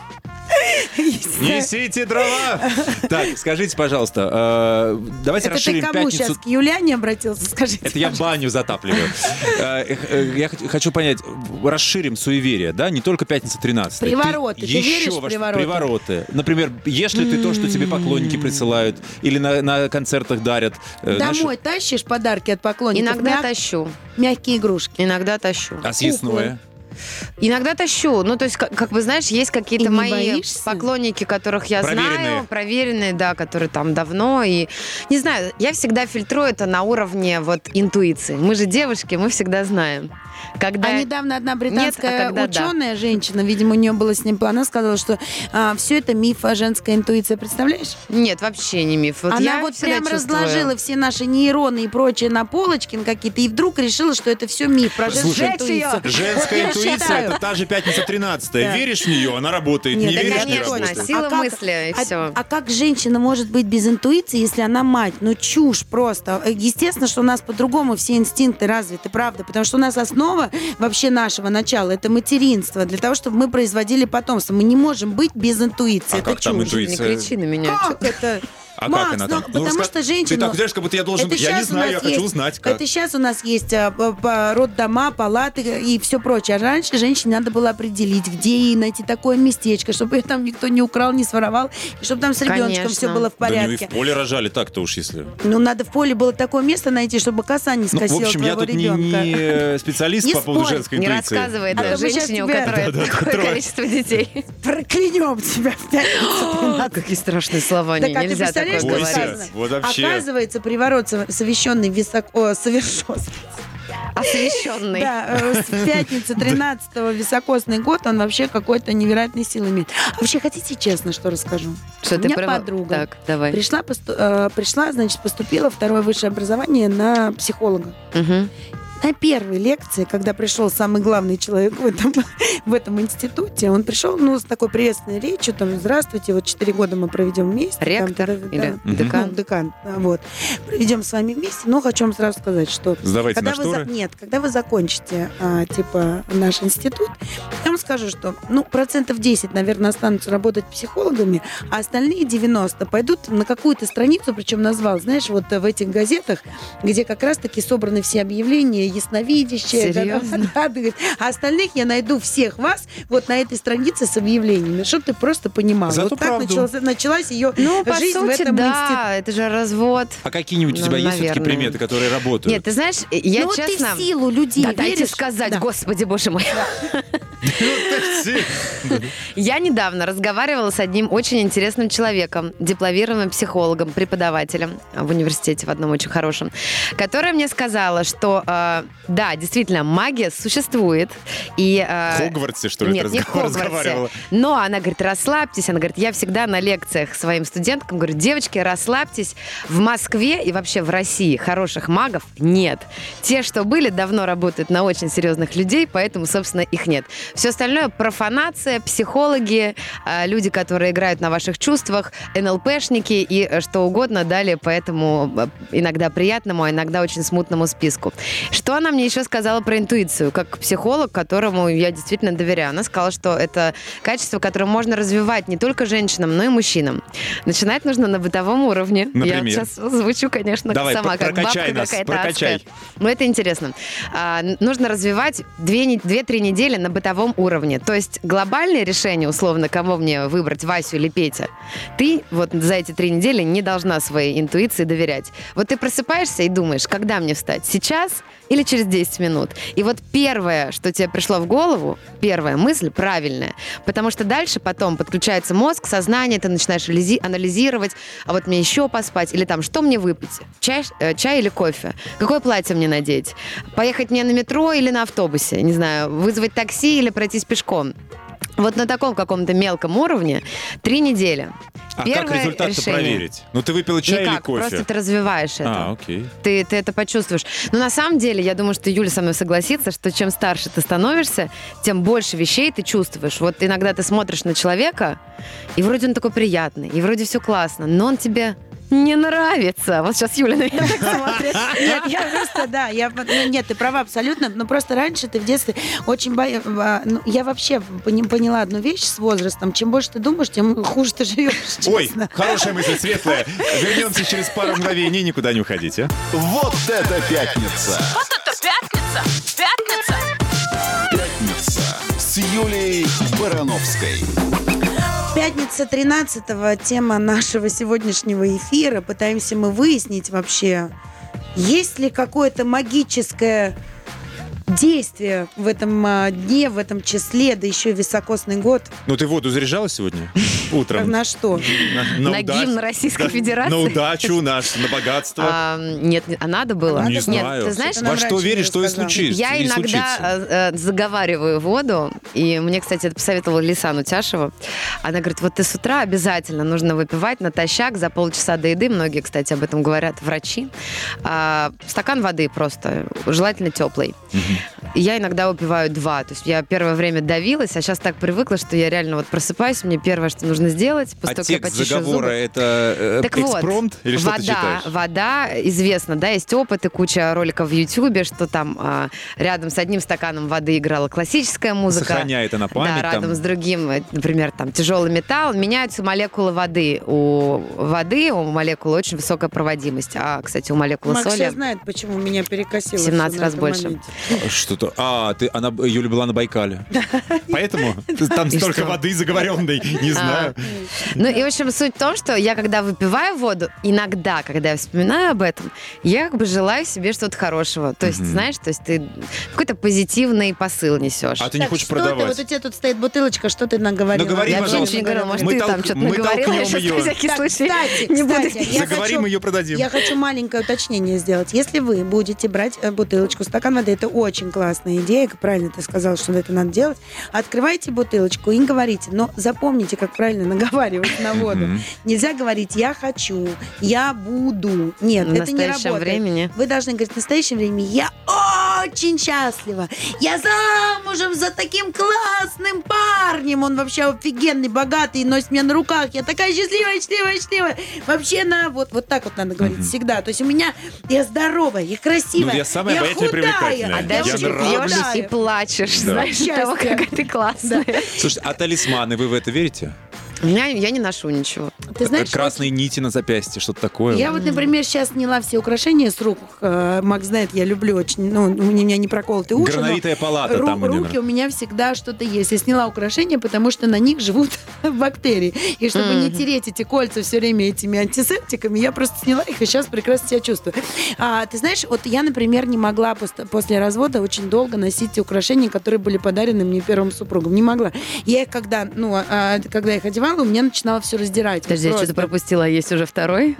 Несите дрова! Так, скажите, пожалуйста, давайте Это ты расширим кому пятницу. сейчас? К Юлиане обратился? Скажите. Это я баню затапливаю. Я хочу понять, расширим суеверие, да, не только пятница 13. Привороты. Ты веришь Еще в во что? привороты? Привороты. Например, ешь ли ты то, что тебе поклонники присылают, или на концертах дарят? Знаешь, Домой тащишь подарки от поклонников? Иногда тащу. Мягкие игрушки. Иногда тащу. а съестное? Иногда тащу. Ну, то есть, как вы знаешь, есть И какие-то не мои боишься? поклонники, которых я Проверенные. знаю, проверенные, да, которые там давно. И не знаю, я всегда фильтрую это на уровне вот интуиции. Мы же девушки, мы всегда знаем. Когда... А недавно одна британская Нет, а когда да. ученая, женщина, видимо, у нее было с ним она сказала, что все это миф, женская интуиция. Представляешь? Нет, вообще не миф. Вот Она я вот всегда прям чувствую. разложила все наши нейроны и прочее на полочки какие-то, и вдруг решила, что это все миф про женскую Слушай, интуицию. Женская Вот я интуиция считаю. это та же пятница 13. Да. Веришь в нее, она работает. Нет, не да, веришь, не конечно, работает. сила А как- мысли, и все. А как женщина может быть без интуиции, если она мать? Ну, чушь просто. Естественно, что у нас по-другому все инстинкты развиты, правда, потому что у нас основа вообще нашего начала — это материнство, для того, чтобы мы производили потомство. Мы не можем быть без интуиции. А это как там чушь. Не интуиция? кричи на меня. Как это? А Макс, как она там? ну, потому что женщина... Ты так говоришь, как будто я должен быть. Я не щас у знаю, нас я хочу есть- узнать, как. Это сейчас у нас есть роддома, палаты и все прочее. А раньше женщине надо было определить, где ей найти такое местечко, чтобы ее там никто не украл, не своровал, и чтобы там с ребеночком Конечно. все было в Да не, и порядке. в поле рожали так-то уж, если. Ну, надо в поле было такое место найти, чтобы коса не Ну, скосила в общем, я твоего тут ребенка. не специалист Не по поводу спорь, женской Не интуиции. рассказывай А это то мы щас женщине, у тебя- которой такое трое. количество детей. Проклянем тебя в пятницу. Какие страшные слова, Так, а ты нельзя такое представляешь, что Бойся, говорить. сказано? вот вообще. Оказывается, приворот совершенный Освещенный. Да, с пятницы 13-го високосный год, он вообще какой-то невероятной силы имеет. А вообще, хотите честно, что расскажу? Что У ты меня права- подруга Так, давай. пришла, значит, поступила второе высшее образование на психолога. Мгм. На первой лекции, когда пришел самый главный человек в этом институте, он пришел, с такой приветственной речью, там, здравствуйте, вот 4 года мы проведем вместе. Ректор там, или Мгм. декан? Декан, вот. Проведем с вами вместе, но хочу вам сразу сказать, что Сдавайте на шторы. когда вы закончите, наш институт, я вам скажу, что, 10%, наверное, останутся работать психологами, а остальные 90 пойдут на какую-то страницу, причем назвал, знаешь, вот в этих газетах, где как раз-таки собраны все объявления, ясновидящие. Серьезно? Да, говорит, а остальных я найду всех вас вот на этой странице с объявлениями, чтобы ты просто понимал. Зато вот так правду. началась ее Ну, по жизнь в сути, этом институте. да, это же развод. А какие-нибудь у тебя есть все-таки наверное. приметы, которые работают? Нет, ты знаешь, я Ну, вот честно... ты в силу людей Да, дайте веришь? сказать, Да. господи, боже мой. Я недавно разговаривала с одним очень интересным человеком, дипломированным психологом, преподавателем в университете в одном очень хорошем, которая мне сказала, что да, действительно, магия существует. И, В Хогвартсе, что ли, нет, ты не в Хогвартсе. разговаривала? Но она говорит, расслабьтесь. Она говорит, я всегда на лекциях своим студенткам говорю, девочки, расслабьтесь. В Москве и вообще в России хороших магов нет. Те, что были, давно работают на очень серьезных людей, поэтому, собственно, их нет. Все остальное профанация, психологи, люди, которые играют на ваших чувствах, НЛПшники и что угодно далее по этому иногда приятному, а иногда очень смутному списку. Что она мне еще сказала про интуицию, как психолог, которому я действительно доверяю? Она сказала, что это качество, которое можно развивать не только женщинам, но и мужчинам. Начинать нужно на бытовом уровне. Например? Я сейчас звучу, конечно, Давай, сама как прокачай бабка нас, какая-то прокачай. адская. Но это интересно. Нужно развивать 2-3 недели на бытовом уровне. То есть глобальное решение, условно, кого мне выбрать, Васю или Петя, ты вот за эти 3 недели не должна своей интуиции доверять. Вот ты просыпаешься и думаешь, когда мне встать? Сейчас или через 10 минут? И вот первое, что тебе пришло в голову, первая мысль правильная. Потому что дальше потом подключается мозг, сознание, ты начинаешь анализировать, а вот мне еще поспать, или там, что мне выпить? Чай или кофе? Какое платье мне надеть? Поехать мне на метро или на автобусе? Не знаю, вызвать такси или пройтись пешком? Вот на таком каком-то мелком уровне 3 недели. А Первое как результат-то решение. проверить? Ну, ты выпила чай или Никак, кофе? просто ты развиваешь это. Окей. Ты это почувствуешь. Но на самом деле, я думаю, что Юля со мной согласится, что чем старше ты становишься, тем больше вещей ты чувствуешь. Вот иногда ты смотришь на человека, и вроде он такой приятный, и вроде все классно, но он тебе не нравится. Вот сейчас Юля на меня так смотрит. Нет, я просто, да, нет, ты права абсолютно, но просто раньше ты в детстве очень я вообще поняла одну вещь с возрастом. Чем больше ты думаешь, тем хуже ты живешь, Ой, честно. хорошая мысль, светлая. Вернемся через пару мгновений, никуда не уходите. Вот это пятница! Вот это пятница! Пятница! Пятница с Юлией Барановской. Пятница 13-го, тема нашего сегодняшнего эфира. Пытаемся мы выяснить вообще, есть ли какое-то магическое действие в этом дне, в этом числе, да еще и високосный год. Ну, ты воду заряжала сегодня? Утром? На что? На гимн Российской Федерации? На удачу нашу, на богатство. Нет, а надо было? Не Нет, знаю. ты знаешь, Что-то Во что раньше веришь, то и сказала. случится. я и случится. иногда заговариваю воду, и мне, кстати, это посоветовала Лисан Утяшева. Она говорит, вот ты с утра обязательно нужно выпивать натощак за полчаса до еды, многие, кстати, об этом говорят врачи, стакан воды просто, желательно теплый. Я иногда выпиваю 2, то есть я первое время давилась, а сейчас так привыкла, что я реально вот просыпаюсь, мне первое, что нужно сделать, после того, как я текст почищу заговора зубы. это Так экспромт? Или что ты читаешь? Вода, известно, да, есть опыт и куча роликов в Ютьюбе, что там рядом с одним стаканом воды играла классическая музыка. Сохраняет она память. Да, рядом там. с другим, например, там тяжелый металл, меняются молекулы воды. У молекулы очень высокая проводимость. А, кстати, у молекулы Макс соли сейчас знает, почему меня перекосило. 17 всё на раз этом больше. моменте. Что-то. Юля была на Байкале. Поэтому там И столько что? воды заговоренной, не знаю. Ну и, в общем, суть в том, что я, когда выпиваю воду, иногда, когда я вспоминаю об этом, я как бы желаю себе что-то хорошего. То есть, знаешь, то есть ты какой-то позитивный посыл несешь. А ты не Так, хочешь что ты? продавать? Вот у тебя тут стоит бутылочка, что ты наговорила? Ну, говори, Я пожалуйста. вообще ничего не говорила, может, Мы ты тол- там что-то мы наговорила, я толкнем сейчас ее. на всякий Так, случай кстати, не буду кстати, я Заговорим, хочу- ее продадим. Я хочу маленькое уточнение сделать. Если вы будете брать бутылочку, стакан воды, это очень классная идея, как правильно ты сказал, что это надо делать. Открывайте бутылочку и говорите, но запомните, как правильно наговаривать на воду. Нельзя говорить «я хочу», «я буду». Нет, В это не настоящем работает. времени. Вы должны говорить в настоящем времени «я очень счастлива, я замужем за таким классным парнем, он вообще офигенный, богатый, носит меня на руках, я такая счастливая, счастливая, счастливая». Вообще вот так вот надо говорить всегда. То есть у меня я здоровая, я красивая, Ну, я самая обаятельная, худая, привлекательная. А Я дальше ты нравлюсь. пьешь и плачешь, Да. знаешь, от того, Счастье. какая ты классная. Слушай, а талисманы, вы в это верите? Я не ношу ничего. Ты знаешь, Красные нити на запястье, что-то такое. я вот, например, сейчас сняла все украшения с рук. Макс знает, я люблю очень. Ну, у меня не проколотые уши. но Грановитая палата там мне руки нравится. у меня всегда что-то есть. Я сняла украшения, потому что на них живут бактерии. И чтобы не тереть эти кольца все время этими антисептиками, я просто сняла их и сейчас прекрасно себя чувствую. Ты знаешь, вот я, например, не могла после развода очень долго носить те украшения, которые были подарены мне первым супругом. Не могла. Я их когда я их одевала, у меня начинало все раздирать. Подожди, я Просто. что-то пропустила, а есть уже второй?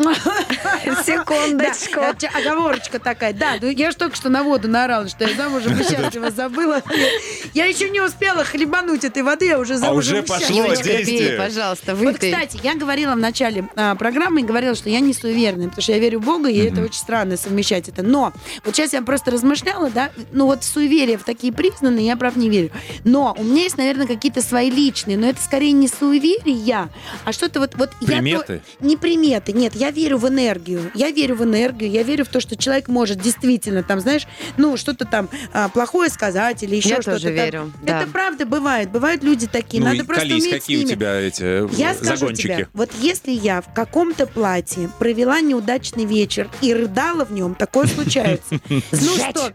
Секундочку. Да, оговорочка такая. Да, ну я же только что на воду наорала, что я замужем и счастлива забыла. Я еще не успела хлебануть этой воды, я уже замужем уже и пошло счастлива. Юлечка, действие. пей, пожалуйста, Вот, выпей. кстати, я говорила в начале программы, говорила, что я не суеверная, потому что я верю в Бога, и это очень странно совмещать это. Но вот сейчас я просто размышляла, да, ну вот в суеверия в такие признанные я, правда, не верю. Но у меня есть, наверное, какие-то свои личные, но это скорее не суеверия, а что-то вот Приметы? не приметы, нет, я верю в энергию. Я верю в то, что человек может действительно там, знаешь, ну, что-то там плохое сказать или еще Я что-то. тоже там. верю, да. Это правда бывает. Бывают люди такие. Ну, Надо и просто колись, уметь какие с у ними. тебя эти Я скажу загончики? тебе, вот если я в каком-то платье провела неудачный вечер и рыдала в нем, такое случается. Ну что,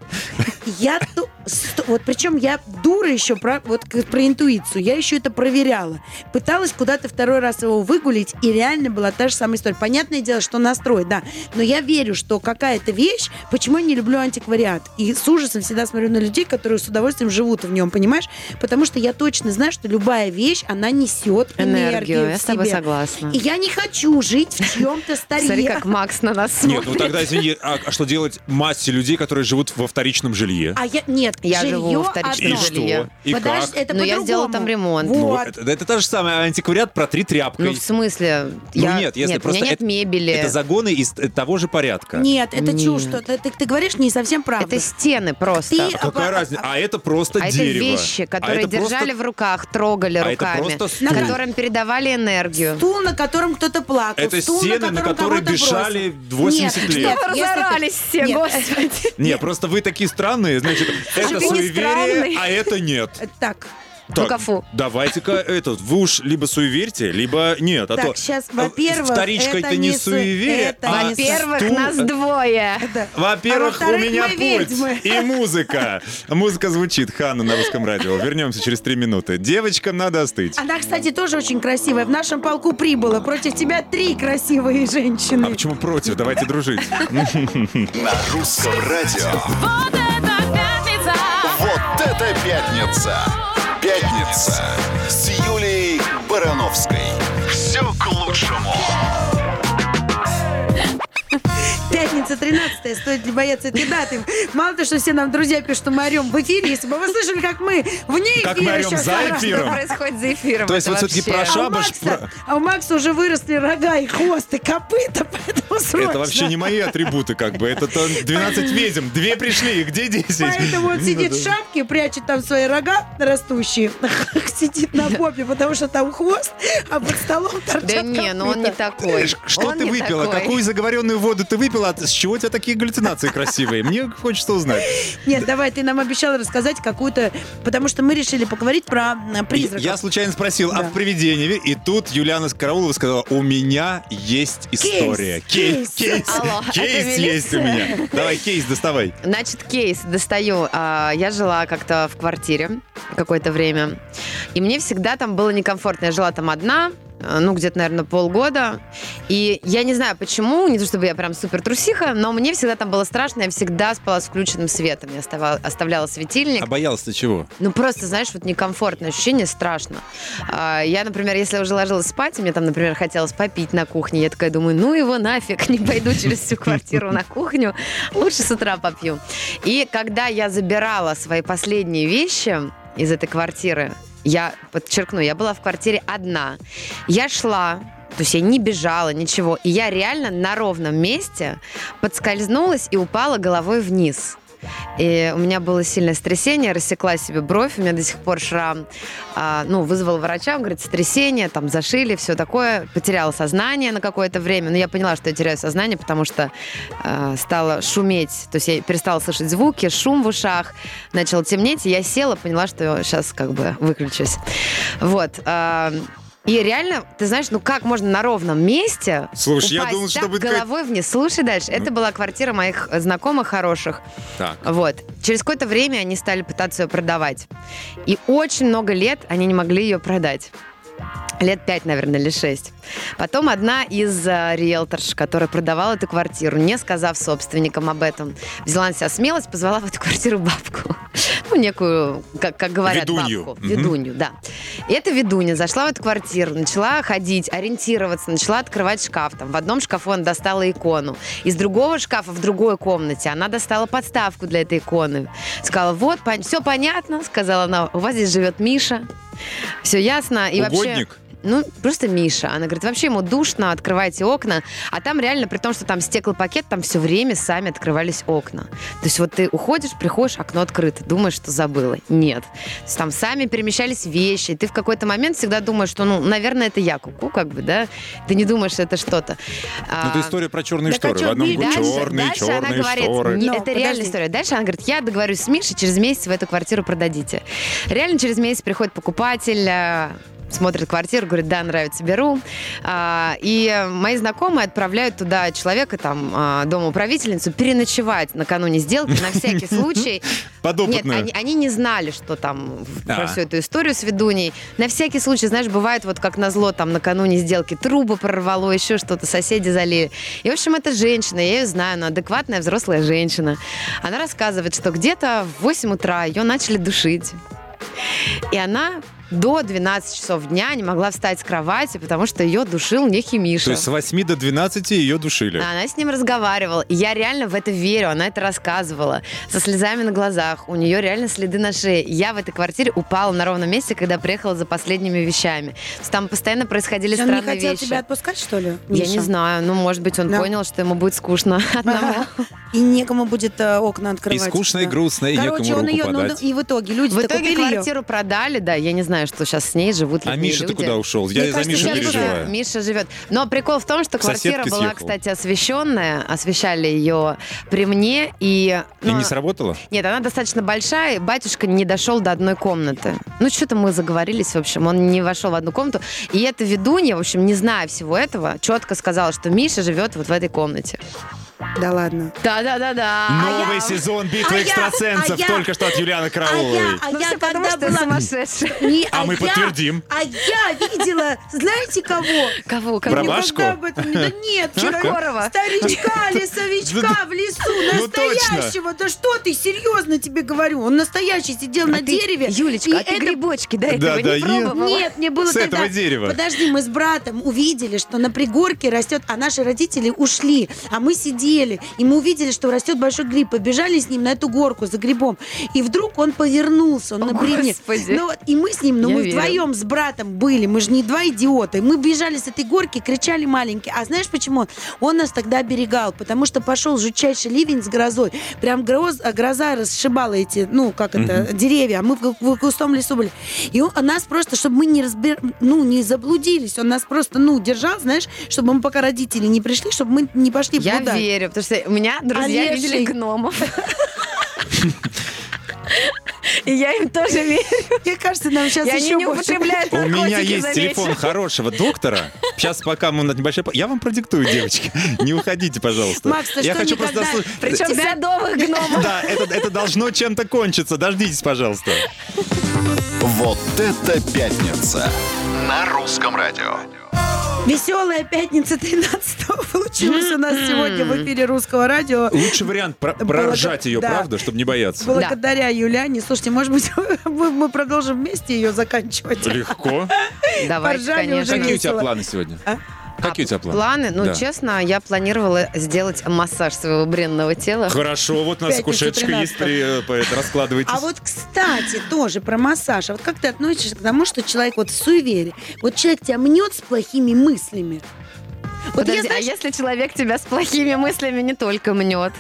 вот причем я дура еще про интуицию, я еще это проверяла. Пыталась куда-то второй раз его выгулить, и реально была та же самая история. Понятное дело, что настрой, да, но я верю, что какая-то вещь, почему я не люблю антиквариат, и с ужасом всегда смотрю на людей, которые с удовольствием живут в нем, понимаешь? Потому что я точно знаю, что любая вещь, она несет энергию Я в с тобой себе. согласна. И я не хочу жить в чьем-то старье. Смотри, как Макс на нас Нет, смотрит. ну тогда, извини, а что делать массе людей, которые живут во вторичном жилье? Нет, Я Жилье живу в вторичном И одно. жилье. что? И Подожди, как? это Ну, я по-другому. сделала там ремонт. Ну, Вот. это та же самая антиквариат, протри тряпкой. Ну, в смысле? Ну, нет, если у просто меня нет это- мебели. Это загоны из того же порядка. Нет, это Нет. чушь. Что ты говоришь не совсем правду. Это стены просто. Ты- Какая разница? А это просто А это дерево. вещи, которые это держали просто- в руках, трогали А это руками, просто стул. которым передавали энергию. Стул, на котором кто-то плакал. Это стул, стены, на котором которые кого-то дышали бросил. 80 Нет, лет. нет, если ты- Разорались все, Нет, господи. Не, просто вы такие странные, значит, это ты не суеверие, странный. а это нет. Так, Так, Ну-ка, фу. давайте-ка вы уж либо суеверьте, либо нет. А так, то сейчас, во-первых, вторичка это не суеверие, это а не Во-первых, стул- нас двое. Да. Во-первых, А у во-вторых, меня мы пульт ведьмы. и музыка. Музыка звучит, Ханна на Русском радио. Вернемся через 3 минуты. Девочкам надо остыть. Она, кстати, тоже очень красивая. В нашем полку прибыло. Против тебя 3 красивые женщины. А почему против? Давайте дружить. На русском радио. Вот это пятница! Вот это пятница! Пятница с Юлией Барановской. Все к лучшему. Пятница 13-я. Стоит ли бояться этой даты? Мало того, что все нам друзья пишут, что мы орем в эфире. Если бы вы слышали, как мы вне эфира Как мы орем сейчас за орем. эфиром. Что происходит за эфиром? То есть Это вот все-таки вообще- про А у, шабаш... Макса, у Макса уже выросли рога и хвост, и копыта, поэтому срочно. Это вообще не мои атрибуты, как бы. Это 12 ведьм. 2 пришли, где 10? Поэтому он сидит в шапке, прячет там свои рога растущие, сидит на попе, потому что там хвост, а под столом торчат Да не, ну он не копыта. такой. Что Он ты не выпила? такой. Какую заговоренную воду ты выпила? С чего у тебя такие галлюцинации красивые? Мне хочется узнать. Нет, давай, ты нам обещал рассказать какую-то... Потому что мы решили поговорить про призраков. Я случайно спросил, а Да. в привидении? И тут Юлиана Караулова сказала, у меня есть история. Кейс. Алло, это Кейс есть у милиция? меня. Давай, кейс доставай. Значит, кейс достаю. Я жила как-то в квартире какое-то время, и мне всегда там было некомфортно. Я жила там одна, ну, где-то, наверное, полгода. И я не знаю, почему, не то чтобы я прям супер трусиха, но мне всегда там было страшно, я всегда спала с включенным светом. Я оставляла светильник. А боялась ты чего? Ну, просто, знаешь, вот некомфортное ощущение, страшно. Я, например, если уже ложилась спать, и мне там, например, хотелось попить на кухне, я такая думаю, ну его нафиг, не пойду через всю квартиру на кухню, лучше с утра попью. И когда я забирала свои последние вещи из этой квартиры, я подчеркну, я была в квартире одна, я шла, то есть я не бежала, ничего, и я реально на ровном месте подскользнулась и упала головой вниз. И у меня было сильное сотрясение, рассекла себе бровь, у меня до сих пор шрам. Вызвала врача, он говорит, сотрясение, там зашили, все такое. Потеряла сознание на какое-то время, но я поняла, что я теряю сознание, потому что стала шуметь, то есть я перестала слышать звуки, шум в ушах, начало темнеть, и я села, поняла, что сейчас как бы выключусь. Вот. И реально, ты знаешь, ну как можно на ровном месте Слушай, я упасть думал, что так будет головой вниз? Слушай дальше. Это была квартира моих знакомых хороших. Так. Вот. Через какое-то время они стали пытаться ее продавать. И очень много лет они не могли ее продать. Лет 5, наверное, или 6. Потом одна из риэлторш, которая продавала эту квартиру, не сказав собственникам об этом, взяла на себя смелость, позвала в эту квартиру бабку. Ну, некую, как говорят, Ведунью. бабку. Мгм. Ведунью, да. И эта ведунья зашла в эту квартиру, начала ходить, ориентироваться, начала открывать шкаф. Там, в одном шкафу она достала икону. Из другого шкафа в другой комнате она достала подставку для этой иконы. Сказала, вот, все понятно, сказала она, у вас здесь живет Миша. Все ясно. И вообще... Угодник? Ну, просто Миша. Она говорит, вообще ему душно, открывайте окна. А там реально, при том, что там стеклопакет, там все время сами открывались окна. То есть вот ты уходишь, приходишь, окно открыто, думаешь, что забыла. Нет. То есть там сами перемещались вещи. Ты в какой-то момент всегда думаешь, что, ну, наверное, это я куку, как бы, да? Ты не думаешь, что это что-то. Ну, это история про черные Так, а шторы. чё, В одном дальше- Дальше она черные говорит, шторы. не, Но, это реальная подожди. история. Дальше она говорит, я договорюсь с Мишей, через месяц вы эту квартиру продадите. Реально через месяц приходит покупатель, смотрит квартиру, говорит, да, нравится, беру. И мои знакомые отправляют туда человека, там, домоуправительницу, переночевать накануне сделки на всякий случай. Нет, Подопытную. они не знали, что там про А. всю эту историю с ведуней. На всякий случай, знаешь, бывает вот как назло, там накануне сделки трубы прорвало, еще что-то, соседи залили. И, в общем, это женщина, я ее знаю, она адекватная взрослая женщина. Она рассказывает, что где-то в 8 утра ее начали душить. И она до 12 часов дня не могла встать с кровати, потому что ее душил некий Миша. То есть с 8 до 12 ее душили. Она с ним разговаривала. И я реально в это верю. Она это рассказывала. Со слезами на глазах. У нее реально следы на шее. Я в этой квартире упала на ровном месте, когда приехала за последними вещами. То есть там постоянно происходили Он странные не хотел вещи. тебя отпускать, что ли, Я Миша? не знаю. Ну, может быть, он Да. понял, что ему будет скучно одному. И некому будет окна открывать. И скучно, и Да. грустно, и Короче, некому он руку ее, подать. и в итоге люди В итоге купили ее. квартиру продали, да. Я не знаю, что сейчас с ней живут ли А в ней Миша-то люди. куда ушел? Я Мне за кажется, Мишу я переживаю. Миша живет. Но прикол в том, что К квартира соседке была, съехал. кстати, освещенная. Освещали ее при мне. И И не сработало? Нет, она достаточно большая, и батюшка не дошел до одной комнаты. Ну, что-то мы заговорились, в общем, он не вошел в одну комнату. И эта ведунья, в общем, не зная всего этого, четко сказала, что Миша живет вот в этой комнате. Да ладно. Да-да-да-да. Новый я- сезон «Битвы а я- экстрасенсов» а я- только что от Юлианы Карауловой. А Ну, я все потому, когда что я была... сумасшедшая. А мы подтвердим. А я видела, знаете кого? Кого? Про Никогда Башку? об этом не... Да нет, Киркорова. старичка, лесовичка в лесу, Ну, точно. настоящего. Да что ты, серьезно тебе говорю. Он настоящий, сидел на дереве. Юлечка, и а ты это- грибочки до Да, этого да, не пробовала? Нет, мне было С тогда... этого дерева. Подожди, мы с братом увидели, что на пригорке растет, а наши родители ушли, а мы сидели, и мы увидели, что растет большой гриб, побежали с ним на эту горку за грибом, и вдруг он повернулся, он О, на бревне. Господи. Ну вот, и мы с ним, Я мы верю. вдвоем с братом были, мы же не два идиота, и мы бежали с этой горки, кричали маленькие. А знаешь почему? Он нас тогда оберегал, потому что пошел жутчайший ливень с грозой, прям гроза расшибала эти, ну, как это, деревья, а мы в густом лесу были. И он нас просто, чтобы мы не заблудились, он нас просто, держал, знаешь, чтобы мы пока родители не пришли, чтобы мы не пошли Я блудать. верю, потому что у меня друзья Олежей. видели гномов. И я им тоже верю. Мне кажется, нам сейчас И они еще не больше... употребляют У наркотики, меня есть замечу. телефон хорошего доктора. Сейчас, пока мы на небольшой... Я вам продиктую, девочки. Не уходите, пожалуйста. Макс, ты Я что, хочу никогда- просто... Причем садовых гномов. Да, это должно чем-то кончиться. Дождитесь, пожалуйста. Вот это пятница на русском радио. Веселая пятница 13-го получилась у нас сегодня в эфире Русского радио. Лучший вариант проржать ее, Да. правда, чтобы не бояться. Благодаря Юляне. Слушайте, может быть, мы продолжим вместе ее заканчивать? Легко. Давайте, Поржали конечно. уже. Какие у тебя весело. планы сегодня? А? Какие у тебя планы? Планы? Ну, Да. честно, я планировала сделать массаж своего бренного тела. Хорошо, вот у нас Пятница, кушеточка есть, 13-го. раскладывайтесь. А вот, кстати, тоже про массаж. А вот как ты относишься к тому, что человек вот в суеверии, вот человек тебя мнет с плохими мыслями? Вот Подожди, я, знаешь, а если человек тебя с плохими мыслями не только мнет?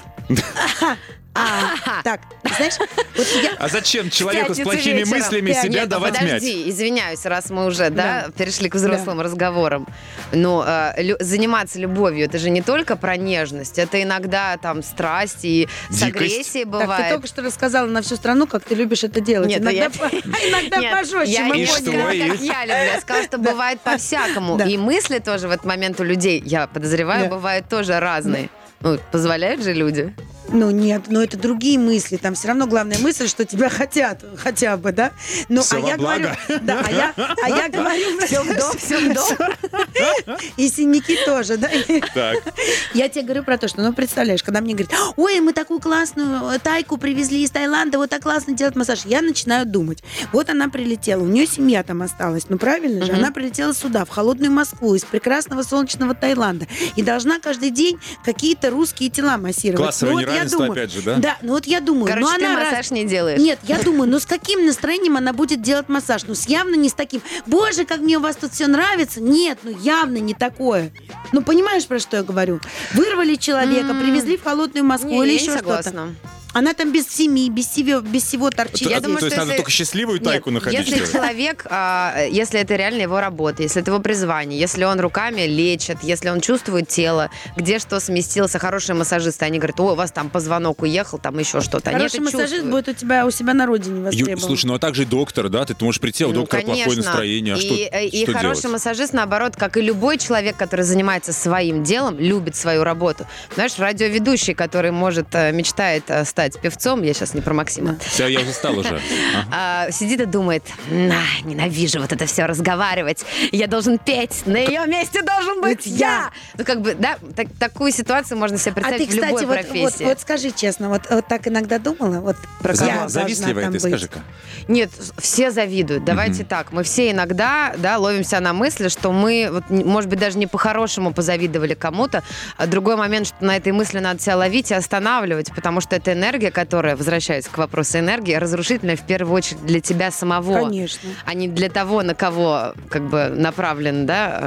так, знаешь, вот я... А зачем человеку с пятницы плохими вечером. мыслями себя Нет, давать мять? Подожди, извиняюсь, раз мы уже Да. перешли к взрослым разговорам. Но заниматься любовью, это же не только про нежность, это иногда там страсть и с Дикость. агрессией Так, ты бывает. только что рассказала на всю страну, как ты любишь это делать. Нет, иногда я- иногда Нет, пожестче, я мы И не что, поняли. сказала, и? как я люблю. Я сказала, что бывает по-всякому. Да. И мысли тоже в этот момент у людей, я подозреваю, Да. бывают тоже разные. Ну, позволяют же люди. Ну нет, но это другие мысли. Там все равно главная мысль, что тебя хотят хотя бы, да? Ну, Всё во благо. да, а я говорю, Все в дом, все в дом. и синяки тоже, да? Так. Я тебе говорю про то, что, ну, представляешь, когда мне говорят, ой, мы такую классную тайку привезли из Таиланда, вот так классно делать массаж. Я начинаю думать. Вот она прилетела, у нее семья там осталась, ну, правильно же? Мгм. Она прилетела сюда, в холодную Москву, из прекрасного солнечного Таиланда, и должна каждый день какие-то русские тела массировать. Классовое Ну, вот я неравенство думаю, опять же, да? Да, ну вот я думаю, Короче, ну ты она массаж не делаешь. Нет, я думаю, ну с каким настроением она будет делать массаж? Ну, явно не с таким. Боже, как мне у вас тут все нравится. Нет, ну явно не такое. Ну, понимаешь, про что я говорю? Вырвали человека, привезли в холодную Москву Не, или я еще не что-то. согласна. Она там без семьи, без всего торчит. Я То думаю, есть что надо если- только счастливую Нет, тайку находить, если что ли? человек, если это реально его работа, если это его призвание, если он руками лечит, если он чувствует тело, где что сместился, хорошие массажисты, они говорят, о, у вас там позвонок уехал, там еще что-то. Они Хороший это массажист чувствуют. будет у тебя у себя на родине востребован. Слушай, ну а также доктор, да? Ты можешь прийти, а у Ну, доктора плохое конечно. настроение. А И что хороший делать? массажист, наоборот, как и любой человек, который занимается своим делом, любит свою работу. Знаешь, радиоведущий, который мечтает стать стать певцом, я сейчас не про Максима, Все, я уже стал уже. сидит и думает, ненавижу вот это все разговаривать, я должен петь, на ее месте должен быть я. Ну, как бы, да, такую ситуацию можно себе А представить ты, в любой кстати, профессии. вот скажи честно, вот так иногда думала? Вот Про я кого? должна Завистливая там ты, быть. скажи-ка. Нет, все завидуют. Давайте так. Мы все иногда, да, ловимся на мысли, что мы, вот, может быть, даже не по-хорошему позавидовали кому-то. А другой момент, что на этой мысли надо себя ловить и останавливать, потому что эта энергия, которая, возвращаясь к вопросу энергии, разрушительная в первую очередь для тебя самого. Конечно. А не для того, на кого как бы направлена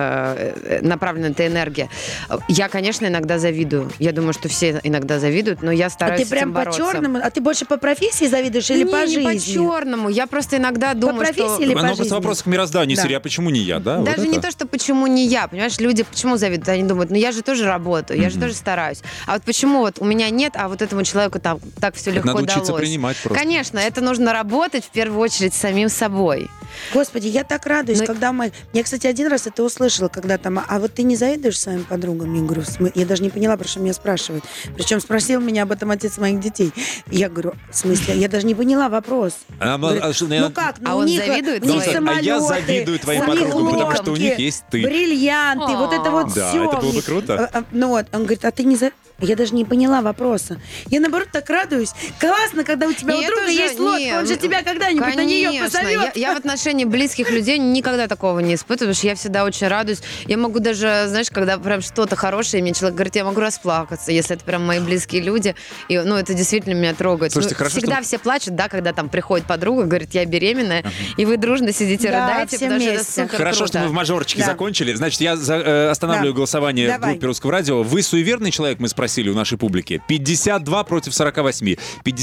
эта энергия. Я, конечно, иногда завидую. Я думаю, что все иногда завидуют, но я А стараюсь ты с этим прям бороться. по-черному? А ты больше по профессии завидуешь или по жизни? Не по-черному. Я просто иногда думаю, профессии что... или по Ну, просто жизни? вопрос к мирозданию, Да. Сирия, а почему не я, да? Вот Даже не это? то, что почему не я, понимаешь, люди почему завидуют, они думают, ну я же тоже работаю, я же тоже стараюсь, а вот почему вот у меня нет, а вот этому человеку там так все Это легко надо учиться далось. принимать просто. Конечно, это нужно работать в первую очередь с самим собой. Господи, я так радуюсь, Но- когда мы... Я, кстати, один раз это услышала, когда там... А вот ты не завидуешь своим подругам? Я говорю, я даже не поняла, про что меня спрашивают. Причем спросил меня об этом отец моих детей. Я говорю, в смысле? Я даже не поняла вопрос. Говорит, ну как? Ну, А у он них, завидует у них твоим? самолеты, А я завидую твоим у них подругам, потому что у лодки, них есть ты. бриллианты, вот это вот Да, все. это было бы круто. Ну вот, он говорит, а ты не Я даже не поняла вопроса. Я, наоборот, так радуюсь. Классно, когда у тебя И у это друга же- есть лодка, не, он же тебя когда-нибудь на нее Конечно. позовет. Я в отношении близких людей никогда такого не испытываю, потому что я всегда очень радуюсь. Я могу даже, знаешь, когда прям что-то хорошее, и мне человек говорит, я могу расплакаться, если это прям мои близкие люди. И, ну, это действительно меня трогает. Слушайте, Ну, хорошо, всегда что- все плачут, да, когда там приходит подруга, говорит, я беременная, и вы дружно сидите, Да, рыдаете, все потому что это вместе. супер Хорошо, круто. что мы в мажорчике Да. закончили. Значит, я останавливаю Да. голосование в Давай. группе Русского радио. Вы суеверный человек, мы спросили у нашей публики. 52 против 48.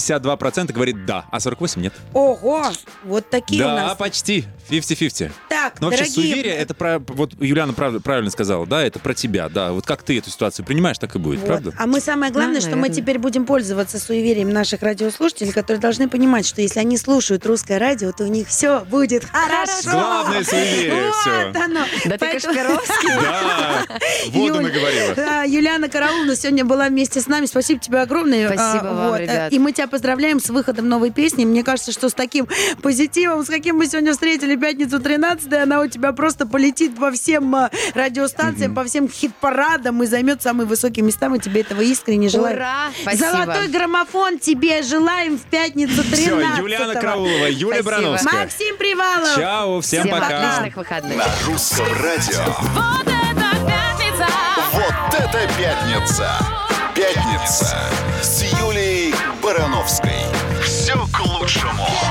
52% говорит да, а 48 нет. Ого, вот такие у Да, нас. почти. 50-50. Так, Но вообще дорогие... суеверие, это про... Вот Юлиана правильно сказала, да, это про тебя, да. Вот как ты эту ситуацию принимаешь, так и будет, Вот. правда? А мы самое главное, Да, что мы наверное. теперь будем пользоваться суеверием наших радиослушателей, которые должны понимать, что если они слушают русское радио, то у них все будет хорошо. Главное суеверие, Вот всё. оно. Да ты Поэтому- Кашпировский. Да, воду Юль, наговорила. да, Юлиана Карауловна сегодня была вместе с нами. Спасибо тебе огромное. Спасибо вам, ребят. И мы тебя поздравляем с выходом новой песни. Мне кажется, что с таким позитивом, с каким мы сегодня встретили пятницу 13-е, она у тебя просто полетит по всем радиостанциям, по всем хит-парадам и займет самые высокие места. Мы тебе этого искренне желаем. Ура! Спасибо. Золотой граммофон тебе желаем в пятницу 13-го. Все, Юлиана Караулова, Юлия Спасибо. Барановская. Максим Привалов. Чао, всем Всем пока. отличных выходных. На русском радио. Вот это пятница! Вот это пятница! Пятница с Юлией Барановской. Все к лучшему.